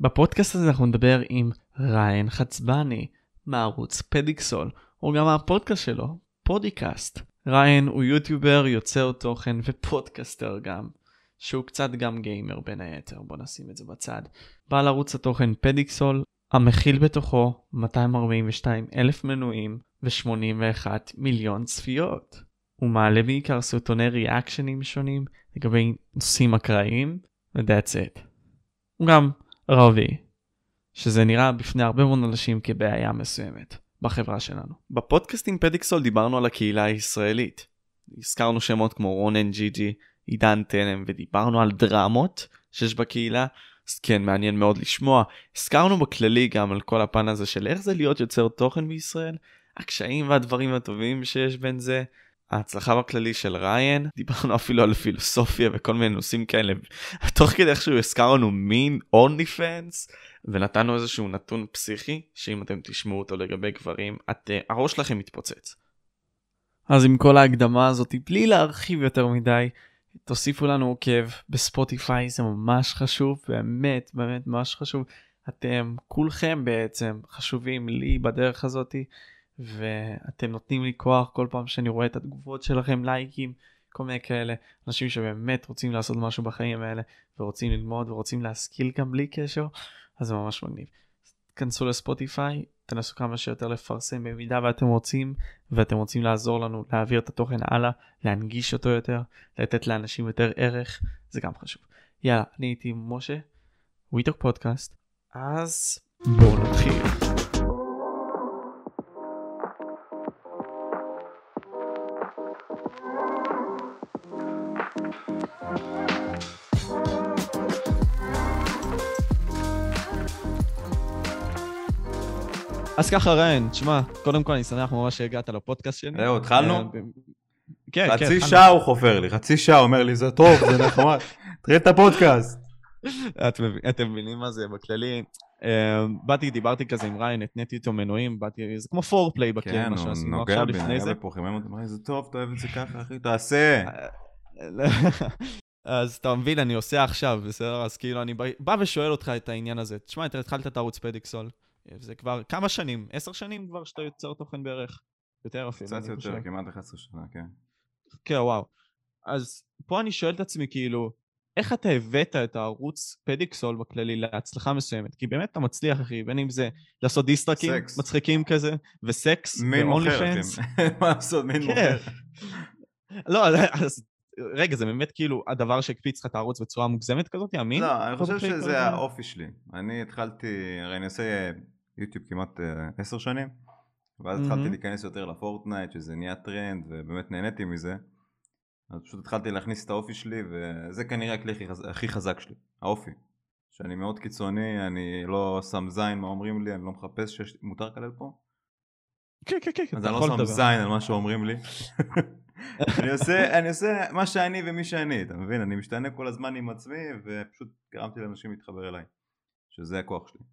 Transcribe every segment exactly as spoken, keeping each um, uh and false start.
בפודקאסט הזה אנחנו נדבר עם ריין חצבני מערוץ פדיקסול, או גם הפודקאסט שלו, פודיקאסט. ריין הוא יוטיובר, יוצר תוכן ופודקאסטר גם, שהוא קצת גם גיימר בין היתר, בוא נשים את זה בצד. בעל ערוץ התוכן פדיקסול, המכיל בתוכו מאתיים ארבעים ושתיים אלף מנויים ו-שמונים ואחד מיליון צפיות. הוא מעלה בעיקר סרטוני ריאקשנים שונים לגבי נושאים אקראיים, ו-that's it. הוא גם ערבי, שזה נראה בפני הרבה מאוד אנשים כבעיה מסוימת בחברה שלנו. בפודקאסט עם פדיקסול דיברנו על הקהילה הישראלית. הזכרנו שמות כמו רונן ג'י ג'י, עידן תלם, ודיברנו על דרמות שיש בקהילה. אז כן, מעניין מאוד לשמוע. הזכרנו בכללי גם על כל הפן הזה של איך זה להיות יוצר תוכן בישראל, הקשיים והדברים הטובים שיש בין זה, ההצלחה בכללי של ריין, דיברנו אפילו על פילוסופיה וכל מיני נושאים כאלה, תוך כדי איכשהו הזכרנו מין אונלי פנס, ונתנו איזשהו נתון פסיכי, שאם אתם תשמעו אותו לגבי גברים, את, הראש שלכם מתפוצץ. אז עם כל ההקדמה הזאת, בלי להרחיב יותר מדי, תוסיפו לנו עוקב בספוטיפיי, זה ממש חשוב, באמת, באמת ממש חשוב. אתם, כולכם בעצם, חשובים לי בדרך הזאת, ואתם נותנים לי כוח כל פעם שאני רואה את התגובות שלכם, לייקים, כל מיני כאלה, אנשים שבאמת רוצים לעשות משהו בחיים האלה, ורוצים ללמוד ורוצים להשכיל גם בלי קשר, אז זה ממש מגניב. תכנסו לספוטיפיי, תנסו כמה שיותר לפרסם במידה ואתם רוצים, ואתם רוצים לעזור לנו להעביר את התוכן הלאה, להנגיש אותו יותר, לתת לאנשים יותר ערך, זה גם חשוב. יאללה, אני הייתי משה, וויטוק פודקאסט, אז בואו נתחיל. אז ככה ריין, תשמע, קודם כל אני שמח ממש שהגעת לפודקאסט שלי. זהו, התחלנו? כן, כן. חצי שעה הוא חופר לי, חצי שעה אומר לי, זה טוב, זה נחמד. תראי את הפודקאסט. אתם מבינים מה זה בכללי. באתי, דיברתי כזה עם ריין, התניתי איתו מנועים, באתי, זה כמו פורפליי בכללי, מה שעשינו עכשיו לפני זה. כן, הוא נוגע בי, פה, חימם אותי, אמר, זה טוב, אתה אוהב את זה ככה, אחי, תעשה. אז אתה מבין, אני עושה עכשיו, בסדר? אז כאילו אני בא ושואל אותך את העניין הזה. תשמע, אתה התחלת את ערוץ פדיקסול. זה כבר כמה שנים, עשר שנים כבר שאתה יוצר תוכן בערך, יותר אפילו. קצת יותר, כמעט אחת עשרה שנה, כן. כן, וואו. אז פה אני שואל את עצמי, כאילו, איך אתה הבאת את הערוץ פדיקסול בכללי להצלחה מסוימת? כי באמת אתה מצליח, אחי, בין אם זה לעשות דיסטרקים, מצחיקים כזה, וסקס, מין מוכר, אחי. מה לעשות, מין מוכר. לא, אז... רגע, זה באמת כאילו הדבר שהקפיץ לך את הערוץ בצורה מוגזמת כזאת, יאמין? לא, אני חושב שזה האופי שלי. אני התחלתי, הרי אני עושה יוטיוב כמעט עשר שנים, ואז התחלתי להיכנס יותר לפורטנייט, שזה נהיה טרנד, ובאמת נהניתי מזה. אז פשוט התחלתי להכניס את האופי שלי, וזה כנראה הכלי הכי חזק שלי, האופי. שאני מאוד קיצוני, אני לא שם זין מה אומרים לי, אני לא מחפש שמותר כלל פה. כן, כן, כן. אז אני לא שם זין על מה שאומרים לי. אני עושה, אני עושה מה שאני ומי שאני, אתה מבין? אני משתנה כל הזמן עם עצמי, ופשוט גרמתי לאנשים להתחבר אליי, שזה הכוח שלי.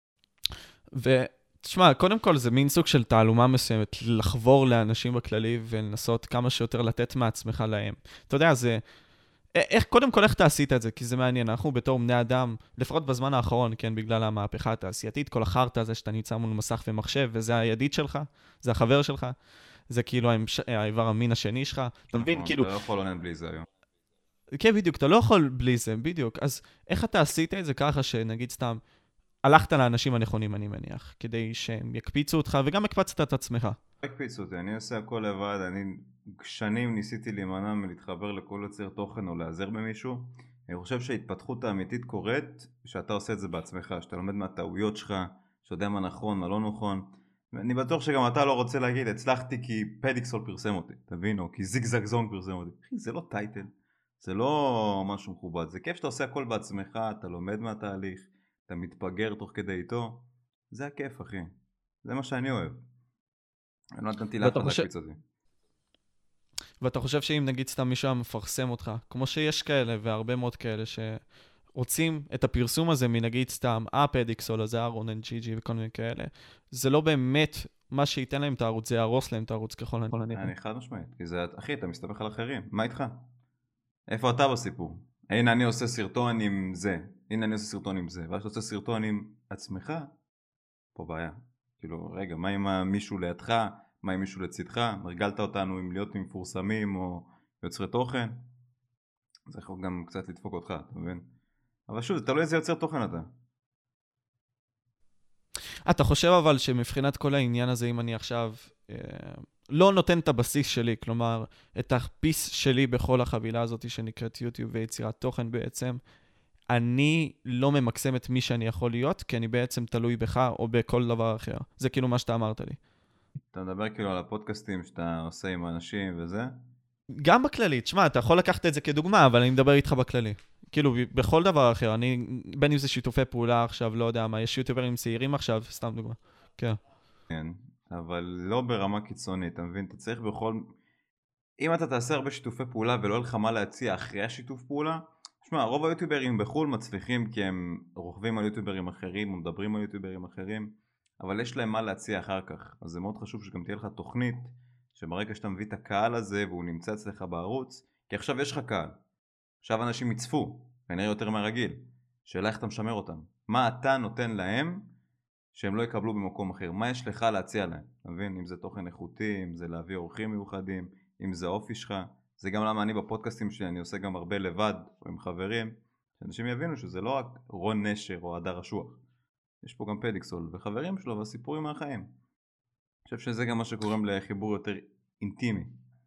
ותשמע, קודם כל זה מין סוג של תעלומה מסוימת, לחבור לאנשים בכללי, ולנסות כמה שיותר לתת מעצמך להם. אתה יודע, זה... איך, קודם כל, איך אתה עשית את זה? כי זה מעניין, אנחנו בתור בני אדם, לפחות בזמן האחרון, כן, בגלל המהפכה התעשייתית, כל החרת הזה שאתה נמצא מול מסך ומחשב, וזה הידיד שלך, זה החבר שלך, זה כאילו האיבר המין השני שלך, אתה מבין, כאילו... אתה לא יכול לעונן בלי זה היום. כן, בדיוק, אתה לא יכול בלי זה, בדיוק. אז איך אתה עשית את זה ככה שנגיד סתם, הלכת לאנשים הנכונים, אני מניח, כדי שהם יקפיצו אותך, וגם הקפצת את עצמך. יקפיצו אותי, אני עושה הכל לבד, אני שנים ניסיתי להימנע מלהתחבר לכל יוצר תוכן או לעזר במישהו. אני חושב שההתפתחות האמיתית קורית, שאתה עושה את זה בעצמך, שאתה לומד מהטעויות שלך, שאתה יודע מה נכון, מה לא נכון. אני בטוח שגם אתה לא רוצה להגיד, הצלחתי כי פדיקסול פרסם אותי, תבין, או כי זיגזג זונג פרסם אותי. אחי, זה לא טייטל, זה לא משהו מכובד, זה כיף שאתה עושה הכל בעצמך, אתה לומד מהתהליך, אתה מתפגר תוך כדי איתו, זה הכיף, אחי. זה מה שאני אוהב. אני לא נתנתי לאף אחד להקפיץ אותי. ואתה חושב שאם נגיד סתם מישהו מפרסם אותך, כמו שיש כאלה והרבה מאוד כאלה שרוצים את הפרסום הזה מנגיד סתם הפדיקסול, הזה רונן ג'י ג'י וכל מיני כאלה, זה לא באמת מה שייתן להם את הערוץ, זה יהרוס להם את הערוץ ככל הנראה. אני חד משמעית, כי זה, אחי, אתה מסתמך על אחרים, מה איתך? איפה אתה בסיפור? הנה אני עושה סרטון עם זה, הנה אני עושה סרטון עם זה, ואז אתה עושה סרטון עם עצמך, פה בעיה. כאילו, רגע, מה עם מישהו לידך, מה עם מישהו לצדך, הרגלת אותנו עם להיות מפורסמים או יוצרי תוכן, זה יכול גם קצת לדפוק אותך, אתה מבין? אבל שוב, זה תלוי איזה יוצר תוכן אתה. אתה חושב אבל שמבחינת כל העניין הזה, אם אני עכשיו אה, לא נותן את הבסיס שלי, כלומר, את הפיס שלי בכל החבילה הזאת שנקראת יוטיוב ויצירת תוכן בעצם, אני לא ממקסם את מי שאני יכול להיות, כי אני בעצם תלוי בך או בכל דבר אחר. זה כאילו מה שאתה אמרת לי. אתה מדבר כאילו על הפודקאסטים שאתה עושה עם אנשים וזה? גם בכללי, תשמע, אתה יכול לקחת את זה כדוגמה, אבל אני מדבר איתך בכללי. כאילו, בכל דבר אחר, אני, בין אם זה שיתופי פעולה עכשיו, לא יודע מה, יש יוטיוברים צעירים עכשיו, סתם דוגמה. כן. כן, אבל לא ברמה קיצונית, אתה מבין? אתה צריך בכל... אם אתה תעשה הרבה שיתופי פעולה ולא לך מה להציע אחרי השיתוף פעולה, תשמע, רוב היוטיוברים בחול מצליחים כי הם רוכבים על יוטיוברים אחרים או מדברים על יוטיוברים אחרים, אבל יש להם מה להציע אחר כך. אז זה מאוד חשוב שגם תהיה לך תוכנית, שברגע שאתה מביא את הקהל הזה והוא נמצא אצלך בערוץ, כי עכשיו יש לך קהל, עכשיו אנשים יצפו, כנראה יותר מהרגיל, שאלה איך אתה משמר אותם, מה אתה נותן להם שהם לא יקבלו במקום אחר, מה יש לך להציע להם, אתה מבין? אם זה תוכן איכותי, אם זה להביא אורחים מיוחדים, אם זה האופי שלך, זה גם למה אני בפודקאסטים שלי אני עושה גם הרבה לבד או עם חברים, שאנשים יבינו שזה לא רק רון נשר או הדר אשוח, יש פה גם פדיקסול וחברים שלו והסיפורים מהחיים. אני חושב שזה גם מה שקוראים לחיבור יותר אינטימי.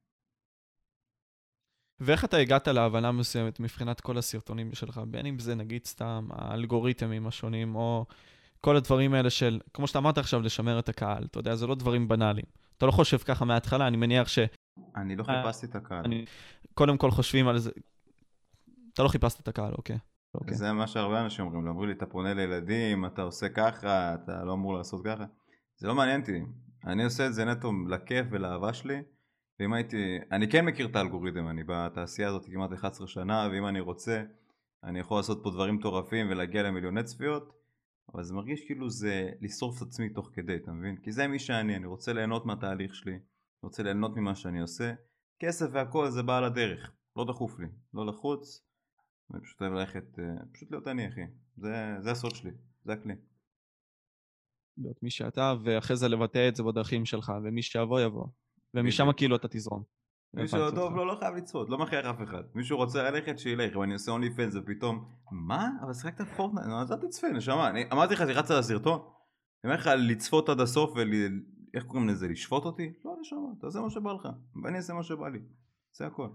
ואיך אתה הגעת להבנה מסוימת מבחינת כל הסרטונים שלך, בין אם זה נגיד סתם האלגוריתמים השונים, או כל הדברים האלה של, כמו שאתה אמרת עכשיו, לשמר את הקהל, אתה יודע, זה לא דברים בנאליים. אתה לא חושב ככה מההתחלה, אני מניח ש... אני לא חיפשתי את הקהל. אני... קודם כל חושבים על זה... אתה לא חיפשת את הקהל, אוקיי. אוקיי. זה מה שהרבה אנשים אומרים, אמרו לי, אתה פונה לילדים, אתה עושה ככה, אתה לא אמור לעשות ככה. זה לא מעניין אותי. אני עושה את זה נטו לכיף ולאהבה שלי, ואם הייתי, אני כן מכיר את האלגוריתם, אני בתעשייה הזאת כמעט אחת עשרה שנה, ואם אני רוצה, אני יכול לעשות פה דברים מטורפים ולהגיע למיליוני צפיות, אבל זה מרגיש כאילו זה לשרוף את עצמי תוך כדי, אתה מבין? כי זה מי שאני, אני רוצה ליהנות מהתהליך שלי, אני רוצה ליהנות ממה שאני עושה, כסף והכל זה בא על הדרך, לא דחוף לי, לא לחוץ, אני פשוט אוהב ללכת, פשוט להיות אני אחי, זה, זה הסוד שלי, זה הכלי. להיות מי שאתה, ואחרי זה לבטא את זה בדרכים שלך, ומי שיבוא יבוא. ומשם כאילו אתה תזרום. מישהו טוב לא, לא חייב לצפות, לא מכריח אף אחד. מישהו רוצה ללכת שילך, ואני עושה אונלי פנס ופתאום, מה? אבל שחקת על פורטנייט, אז אל תצפה, נשמה. אני אמרתי לך, תרצת על הסרטון, אני אומר לך לצפות עד הסוף ול... איך קוראים לזה? לשפוט אותי? לא, נשמה, תעשה מה שבא לך, ואני אעשה מה שבא לי. זה הכל.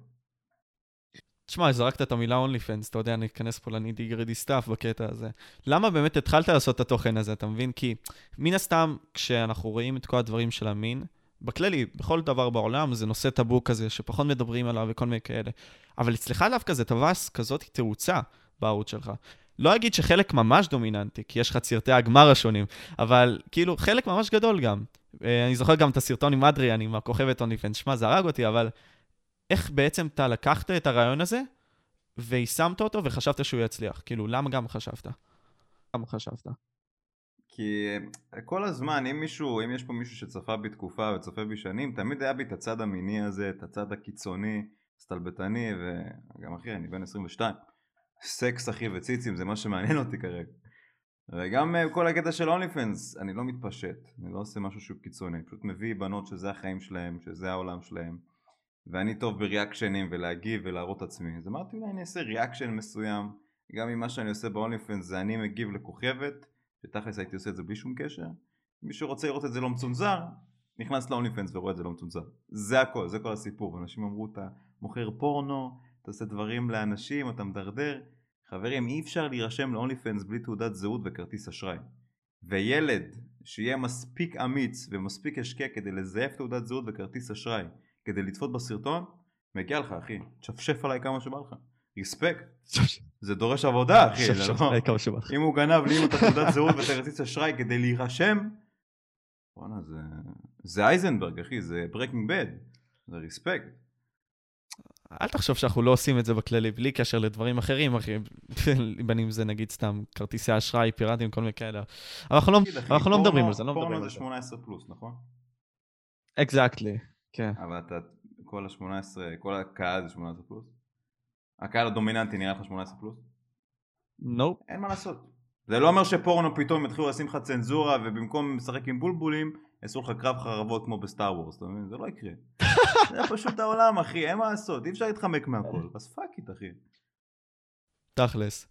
תשמע, זרקת את המילה OnlyFans, אתה יודע, אני אכנס פה לנידי גרידי סטאפ בקטע הזה. למה באמת התחלת לעשות את התוכן הזה, אתה מבין? כי מן הסתם, כשאנחנו רואים את כל הדברים של המין, בכללי, בכל דבר בעולם, זה נושא טאבו כזה, שפחות מדברים עליו וכל מיני כאלה. אבל אצלך דווקא זה תבס כזאת תאוצה בערוץ שלך. לא אגיד שחלק ממש דומיננטי, כי יש לך סרטי הגמר השונים, אבל כאילו חלק ממש גדול גם. אני זוכר גם את הסרטון עם אדריאן, עם הכוכבת OnlyFans, שמה, זה הרג אותי, אבל איך בעצם אתה לקחת את הרעיון הזה, ויישמת אותו וחשבת שהוא יצליח? כאילו, למה גם חשבת? למה חשבת? כי כל הזמן, אם מישהו, אם יש פה מישהו שצפה בתקופה וצופה בשנים, תמיד היה בי את הצד המיני הזה, את הצד הקיצוני, סטלבטני, וגם אחי, אני בן עשרים ושתיים. סקס, אחי, וציצים, זה מה שמעניין אותי כרגע. וגם כל הקטע של OnlyFans, אני לא מתפשט, אני לא עושה משהו שהוא קיצוני, פשוט מביא בנות שזה החיים שלהם, שזה העולם שלהם, ואני טוב בריאקשנים ולהגיב ולהראות עצמי. אז אמרתי, אולי אני אעשה ריאקשן מסוים, גם ממה שאני עושה ב-OnlyFans זה אני מגיב לכוכבת, שתכלס הייתי עושה את זה בלי שום קשר. מי שרוצה לראות את זה לא מצונזר, נכנס ל-OnlyFans ורואה את זה לא מצונזר. זה הכל, זה כל הסיפור. אנשים אמרו, אתה מוכר פורנו, אתה עושה דברים לאנשים, אתה מדרדר. חברים, אי אפשר להירשם ל-OnlyFans בלי תעודת זהות וכרטיס אשראי. וילד שיהיה מספיק אמיץ ומספיק השקע כדי לזייף תעודת זהות וכרטיס אשראי, כדי לצפות בסרטון, מגיע לך אחי, תשפשף עליי כמה שבא לך. ריספקט. זה דורש עבודה אחי. אם הוא גנב לי את תעודת זהות וכרטיס אשראי כדי להירשם, וואלה, זה זה אייזנברג אחי, זה ברקינג בד, זה ריספקט. אל תחשוב שאנחנו לא עושים את זה בכללי, בלי קשר לדברים אחרים, אחי, בין אם זה נגיד סתם כרטיסי אשראי, פיראטים, כל מיני כאלה. אבל אנחנו לא מדברים על זה, לא מדברים על זה. פורנו זה שמונה עשרה פלוס, נכון? Exactly, כן. אבל אתה, כל ה-שמונה עשרה, כל הקהל זה שמונה עשרה פלוס? הקהל הדומיננטי נראה לך שמונה עשרה פלוס? נופ. אין מה לעשות. זה לא אומר שפורנו פתאום יתחילו לשים לך צנזורה, ובמקום משחק עם בולבולים, יעשו לך קרב חרבות כמו בסטאר וורס, אתה מבין? זה לא יקרה. זה פשוט העולם, אחי, אין מה לעשות, אי אפשר להתחמק מהכל, אז פאק איט, אחי. תכלס.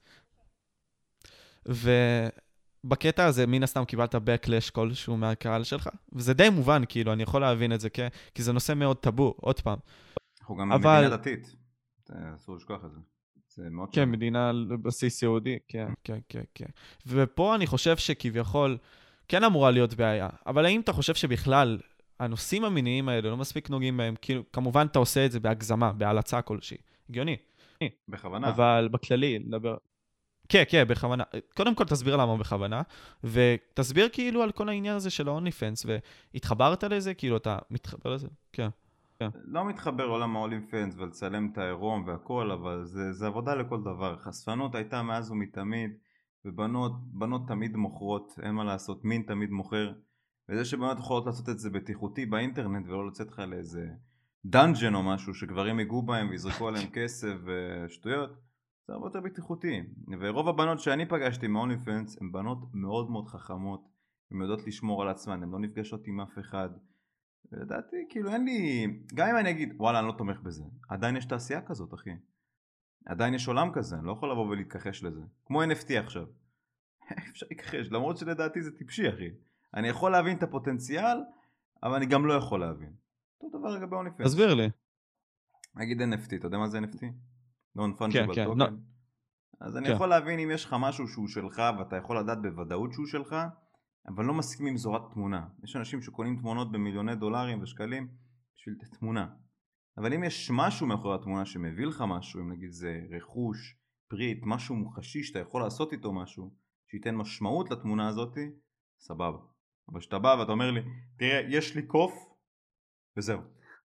ובקטע הזה, מן הסתם קיבלת backlash כלשהו מהקהל שלך, וזה די מובן, כאילו, אני יכול להבין את זה, כי זה נושא מאוד טאבו, עוד פעם. אנחנו גם אבל... מדינה דתית, אסור לשכוח את זה. זה מאוד כן, שונה. מדינה בסיס יהודי, כן, כן, כן, כן. ופה אני חושב שכביכול, כן אמורה להיות בעיה, אבל האם אתה חושב שבכלל, הנושאים המיניים האלה לא מספיק נוגעים בהם, כאילו, כמובן אתה עושה את זה בהגזמה, בהלצה כלשהי, הגיוני. בכוונה. אבל בכללי, לדבר... כן, כן, בכוונה. קודם כל תסביר למה בכוונה, ותסביר כאילו על כל העניין הזה של ה-OnlyFans, והתחברת לזה, כאילו אתה מתחבר לזה? כן. לא מתחבר עולם ה-OnlyFans ולצלם את העירום והכל, אבל זה, זה עבודה לכל דבר. חשפנות הייתה מאז ומתמיד, ובנות בנות תמיד מוכרות, אין מה לעשות, מין תמיד מוכר, וזה שבנות יכולות לעשות את זה בטיחותי באינטרנט, ולא לצאת לך לאיזה דאנג'ן או משהו, שגברים יגעו בהם ויזרקו עליהם כסף ושטויות, זה הרבה יותר בטיחותי. ורוב הבנות שאני פגשתי מה-OnlyFans, הן בנות מאוד מאוד חכמות, הן יודעות לשמור על עצמן, הן לא נפגשות עם אף אחד, ולדעתי, כאילו אין לי, גם אם אני אגיד, וואלה, אני לא תומך בזה, עדיין יש תעשייה כזאת, אחי. עדיין יש עולם כזה, אני לא יכול לבוא ולהתכחש לזה. כמו אן אף טי עכשיו. אפשר להתכחש, למרות שלדעתי זה טיפשי, אחי. אני יכול להבין את הפוטנציאל, אבל אני גם לא יכול להבין. אותו דבר לגבי OnlyFans. תסביר לי. נגיד אן אף טי, אתה יודע מה זה אן אף טי? Non-Fungible כן, כן, Token. לא. אז אני כן. יכול להבין אם יש לך משהו שהוא שלך, ואתה יכול לדעת בוודאות שהוא שלך, אבל לא מסכים עם זורת תמונה. יש אנשים שקונים תמונות במיליוני דולרים ושקלים בשביל תמונה. אבל אם יש משהו מאחורי התמונה שמביא לך משהו, אם נגיד זה רכוש, פריט, משהו מוחשי שאתה יכול לעשות איתו משהו, שייתן משמעות לתמונה הזאת, סבבה. אבל שאתה בא ואתה אומר לי, תראה, יש לי קוף, וזהו.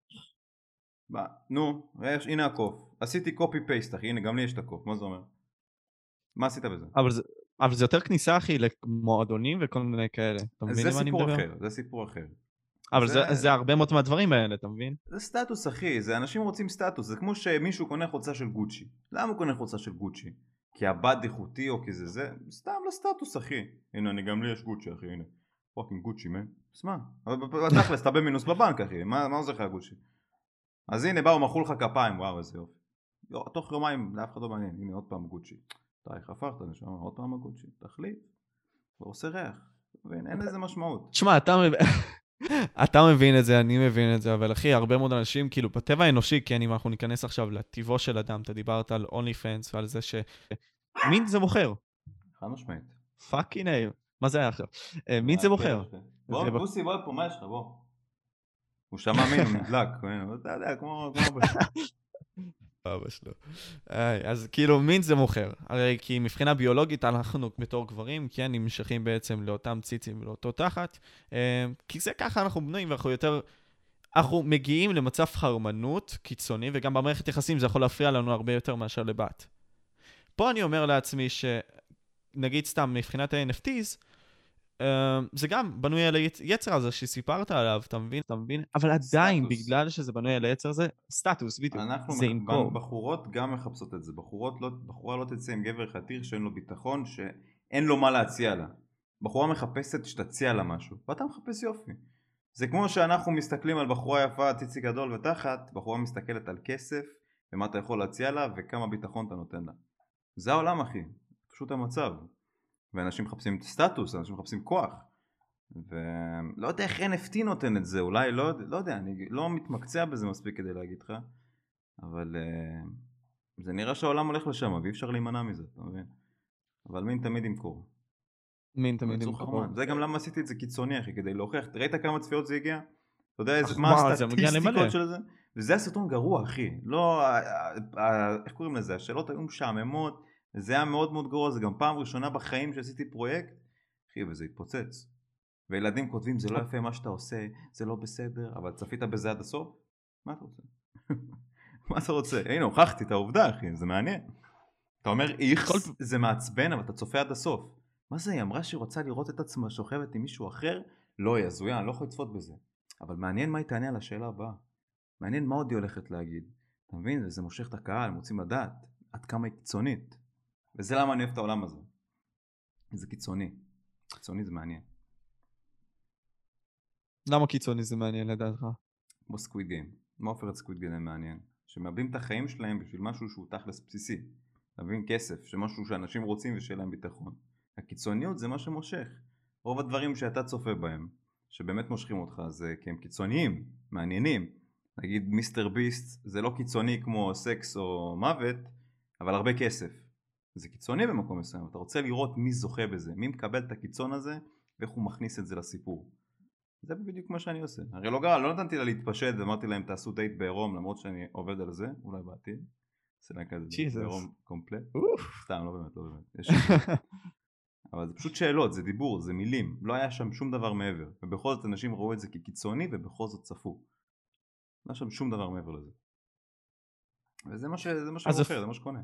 בא, נו, יש, הנה הקוף. עשיתי קופי פייסט, אחי, הנה, גם לי יש את הקוף, מה זה אומר? מה עשית בזה? אבל זה, אבל זה יותר כניסה, אחי, למועדונים וכל מיני כאלה. אתה מבין זה מה אני סיפור מדבר? אחר, זה סיפור אחר. אבל זה... זה, זה הרבה מאוד מהדברים האלה, אתה מבין? זה סטטוס, אחי, זה אנשים רוצים סטטוס, זה כמו שמישהו קונה חולצה של גוצ'י. למה הוא קונה חולצה של גוצ'י? כי הבד איכותי או כי זה זה? סתם לסטטוס, אחי. הנה, אני גם לי יש גוצ'י, אחי, הנה. פאקינג גוצ'י, מן. אז מה? אבל בתכלס, אתה במינוס בבנק, אחי, מה, מה עוזר לך הגוצ'י? אז הנה, באו, מחאו לך כפיים, וואו, איזה יופי. תוך יומיים, לאף אחד לא מעניין, הנה, עוד פעם גוצ'י. די, חפרת, נשמע, עוד פעם הגוצ'י, תחליט. ועושה ריח. אין לזה משמעות. תשמע, אתה מבין... אתה מבין את זה, אני מבין את זה, אבל אחי, הרבה מאוד אנשים, כאילו, בטבע האנושי, כן, אם אנחנו ניכנס עכשיו לטבעו של אדם, אתה דיברת על OnlyFans ועל זה ש... מין זה בוחר. חד משמעית. פאקינג איי. מה זה היה עכשיו? מין זה בוחר. בוא, בוסי, בוא פה, מה יש לך, בוא. הוא שמע מין, הוא נדלק, אתה יודע, כמו אבא שלו. אבא שלו. אז כאילו, מין זה מוכר. הרי כי מבחינה ביולוגית, אנחנו בתור גברים, כן, נמשכים בעצם לאותם ציצים ולאותו תחת, כי זה ככה אנחנו בנויים, ואנחנו יותר... אנחנו מגיעים למצב חרמנות קיצוני, וגם במערכת יחסים זה יכול להפריע לנו הרבה יותר מאשר לבת. פה אני אומר לעצמי שנגיד סתם מבחינת ה-אן אף טיז, זה גם בנוי על היצר הזה שסיפרת עליו, אתה מבין? אתה מבין? אבל עדיין, בגלל שזה בנוי על היצר הזה, סטטוס, בדיוק, זה ימכור. בחורות גם מחפשות את זה, בחורה לא תצא עם גבר חתיר שאין לו ביטחון, שאין לו מה להציע לה. בחורה מחפשת שתציע לה משהו, ואתה מחפש יופי. זה כמו שאנחנו מסתכלים על בחורה יפה, ציצי גדול ותחת, בחורה מסתכלת על כסף, ומה אתה יכול להציע לה, וכמה ביטחון אתה נותן לה. זה העולם, אחי, פשוט המצב. ואנשים מחפשים סטטוס, אנשים מחפשים כוח. ולא יודע איך אן אף טי נותן את זה, אולי, לא, לא יודע, אני לא מתמקצע בזה מספיק כדי להגיד לך, אבל uh, זה נראה שהעולם הולך לשם, ואי אפשר להימנע מזה, אתה מבין? אבל מין תמיד ימכור. מין תמיד ימכור. זה גם למה עשיתי את זה קיצוני, אחי, כדי להוכיח, ראית כמה צפיות זה הגיע? אתה יודע מה הסטטיסטיקות של זה? וזה הסרטון גרוע, אחי. לא, איך קוראים לזה? השאלות היו משעממות, זה היה מאוד מאוד גרוע, זה גם פעם ראשונה בחיים שעשיתי פרויקט, אחי, וזה התפוצץ. וילדים כותבים, זה לא יפה מה שאתה עושה, זה לא בסדר, אבל צפית בזה עד הסוף? מה אתה רוצה? מה אתה רוצה? הנה, הוכחתי את העובדה, אחי, זה מעניין. אתה אומר, איך זה מעצבן, אבל אתה צופה עד הסוף. מה זה? היא אמרה שהיא רוצה לראות את עצמה שוכבת עם מישהו אחר? לא, היא הזויה, אני לא יכול לצפות בזה. אבל מעניין מה היא תענה על השאלה הבאה. מעניין מה עוד היא הולכת להגיד. אתה מבין? זה מושך את הקהל, הם רוצים לדעת עד כמה היא קיצונית. וזה למה אני אוהב את העולם הזה. זה קיצוני. קיצוני זה מעניין. למה קיצוני זה מעניין לדעתך? כמו סקוויד גיים. מה הופך את סקוויד גיים מעניין? שמאבדים את החיים שלהם בשביל משהו שהוא תכלס בסיסי. להבין כסף, שמשהו שאנשים רוצים ושיהיה להם ביטחון. הקיצוניות זה מה שמושך. רוב הדברים שאתה צופה בהם, שבאמת מושכים אותך, זה כי הם קיצוניים, מעניינים. נגיד מיסטר ביסט זה לא קיצוני כמו סקס או מוות, אבל הרבה כסף. זה קיצוני במקום מסוים. אתה רוצה לראות מי זוכה בזה, מי מקבל את הקיצון הזה, ואיך הוא מכניס את זה לסיפור. זה בדיוק מה שאני עושה. הרי לא גרע, לא נתנתי לה להתפשט ואמרתי להם תעשו דייט בעירום, למרות שאני עובד על זה, אולי בעתיד. עושה להם כזה דייט בעירום קומפלט. סתם, לא באמת, לא באמת. אבל זה פשוט שאלות, זה דיבור, זה מילים. לא היה שם שום דבר מעבר. ובכל זאת אנשים ראו את זה כקיצוני ובכל זאת צפו. לא היה שם שום דבר מעבר לזה. וזה מה שמוכר, זה מה שקונה.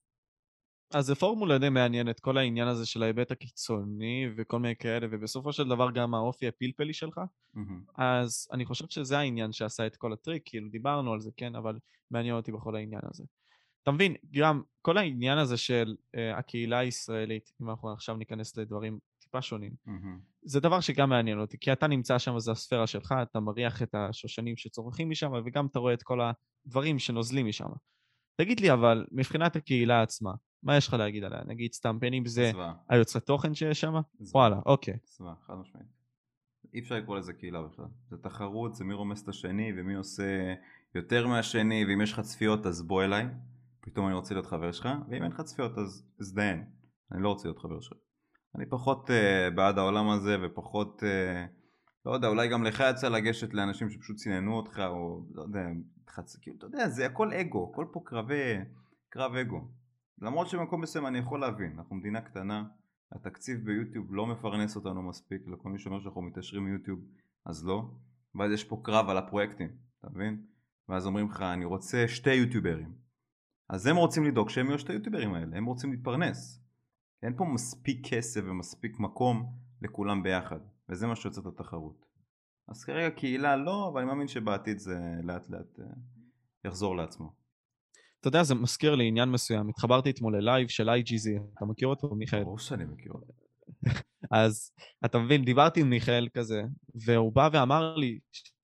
אז זה פורמולה די מעניינת, כל העניין הזה של ההיבט הקיצוני וכל מיני כאלה, ובסופו של דבר גם האופי הפלפלי שלך. אז אני חושב שזה העניין שעשה את כל הטריק, כאילו דיברנו על זה, כן, אבל מעניין אותי בכל העניין הזה. אתה מבין, גם כל העניין הזה של uh, הקהילה הישראלית, אם אנחנו עכשיו ניכנס לדברים טיפה שונים, זה דבר שגם מעניין אותי, כי אתה נמצא שם, זה הספירה שלך, אתה מריח את השושנים שצורכים משם, וגם אתה רואה את כל הדברים שנוזלים משם. תגיד לי, אבל מבחינת הקהילה עצמה, מה יש לך להגיד עליה? נגיד סתם, בין אם זה היוצרי תוכן שיש שם? וואלה, אוקיי. סבבה, חד משמעית. אי אפשר לקרוא לזה קהילה בכלל. זה תחרות, זה מי רומס את השני, ומי עושה יותר מהשני, ואם יש לך צפיות אז בוא אליי, פתאום אני רוצה להיות חבר שלך, ואם אין לך צפיות אז הזדיין, אני לא רוצה להיות חבר שלך. אני פחות uh, בעד העולם הזה, ופחות, uh, לא יודע, אולי גם לך יצא לגשת לאנשים שפשוט ציננו אותך, או לא יודע, חצ... כאילו, אתה יודע, זה הכל אגו, הכל פה קרבי, קרב אגו. למרות שבמקום מסוים אני יכול להבין, אנחנו מדינה קטנה, התקציב ביוטיוב לא מפרנס אותנו מספיק, לכל מי שאומר שאנחנו מתעשרים מיוטיוב, אז לא. ואז יש פה קרב על הפרויקטים, אתה מבין? ואז אומרים לך, אני רוצה שתי יוטיוברים. אז הם רוצים לדאוג שהם יהיו שתי יוטיוברים האלה, הם רוצים להתפרנס. אין פה מספיק כסף ומספיק מקום לכולם ביחד, וזה מה שיוצא את התחרות. אז כרגע קהילה לא, אבל אני מאמין שבעתיד זה לאט לאט יחזור לעצמו. אתה יודע, זה מזכיר לי עניין מסוים. התחברתי אתמול ללייב של איי ג'י זי. אתה מכיר אותו, מיכאל? ברור שאני מכיר אותו. אז אתה מבין, דיברתי עם מיכאל כזה, והוא בא ואמר לי,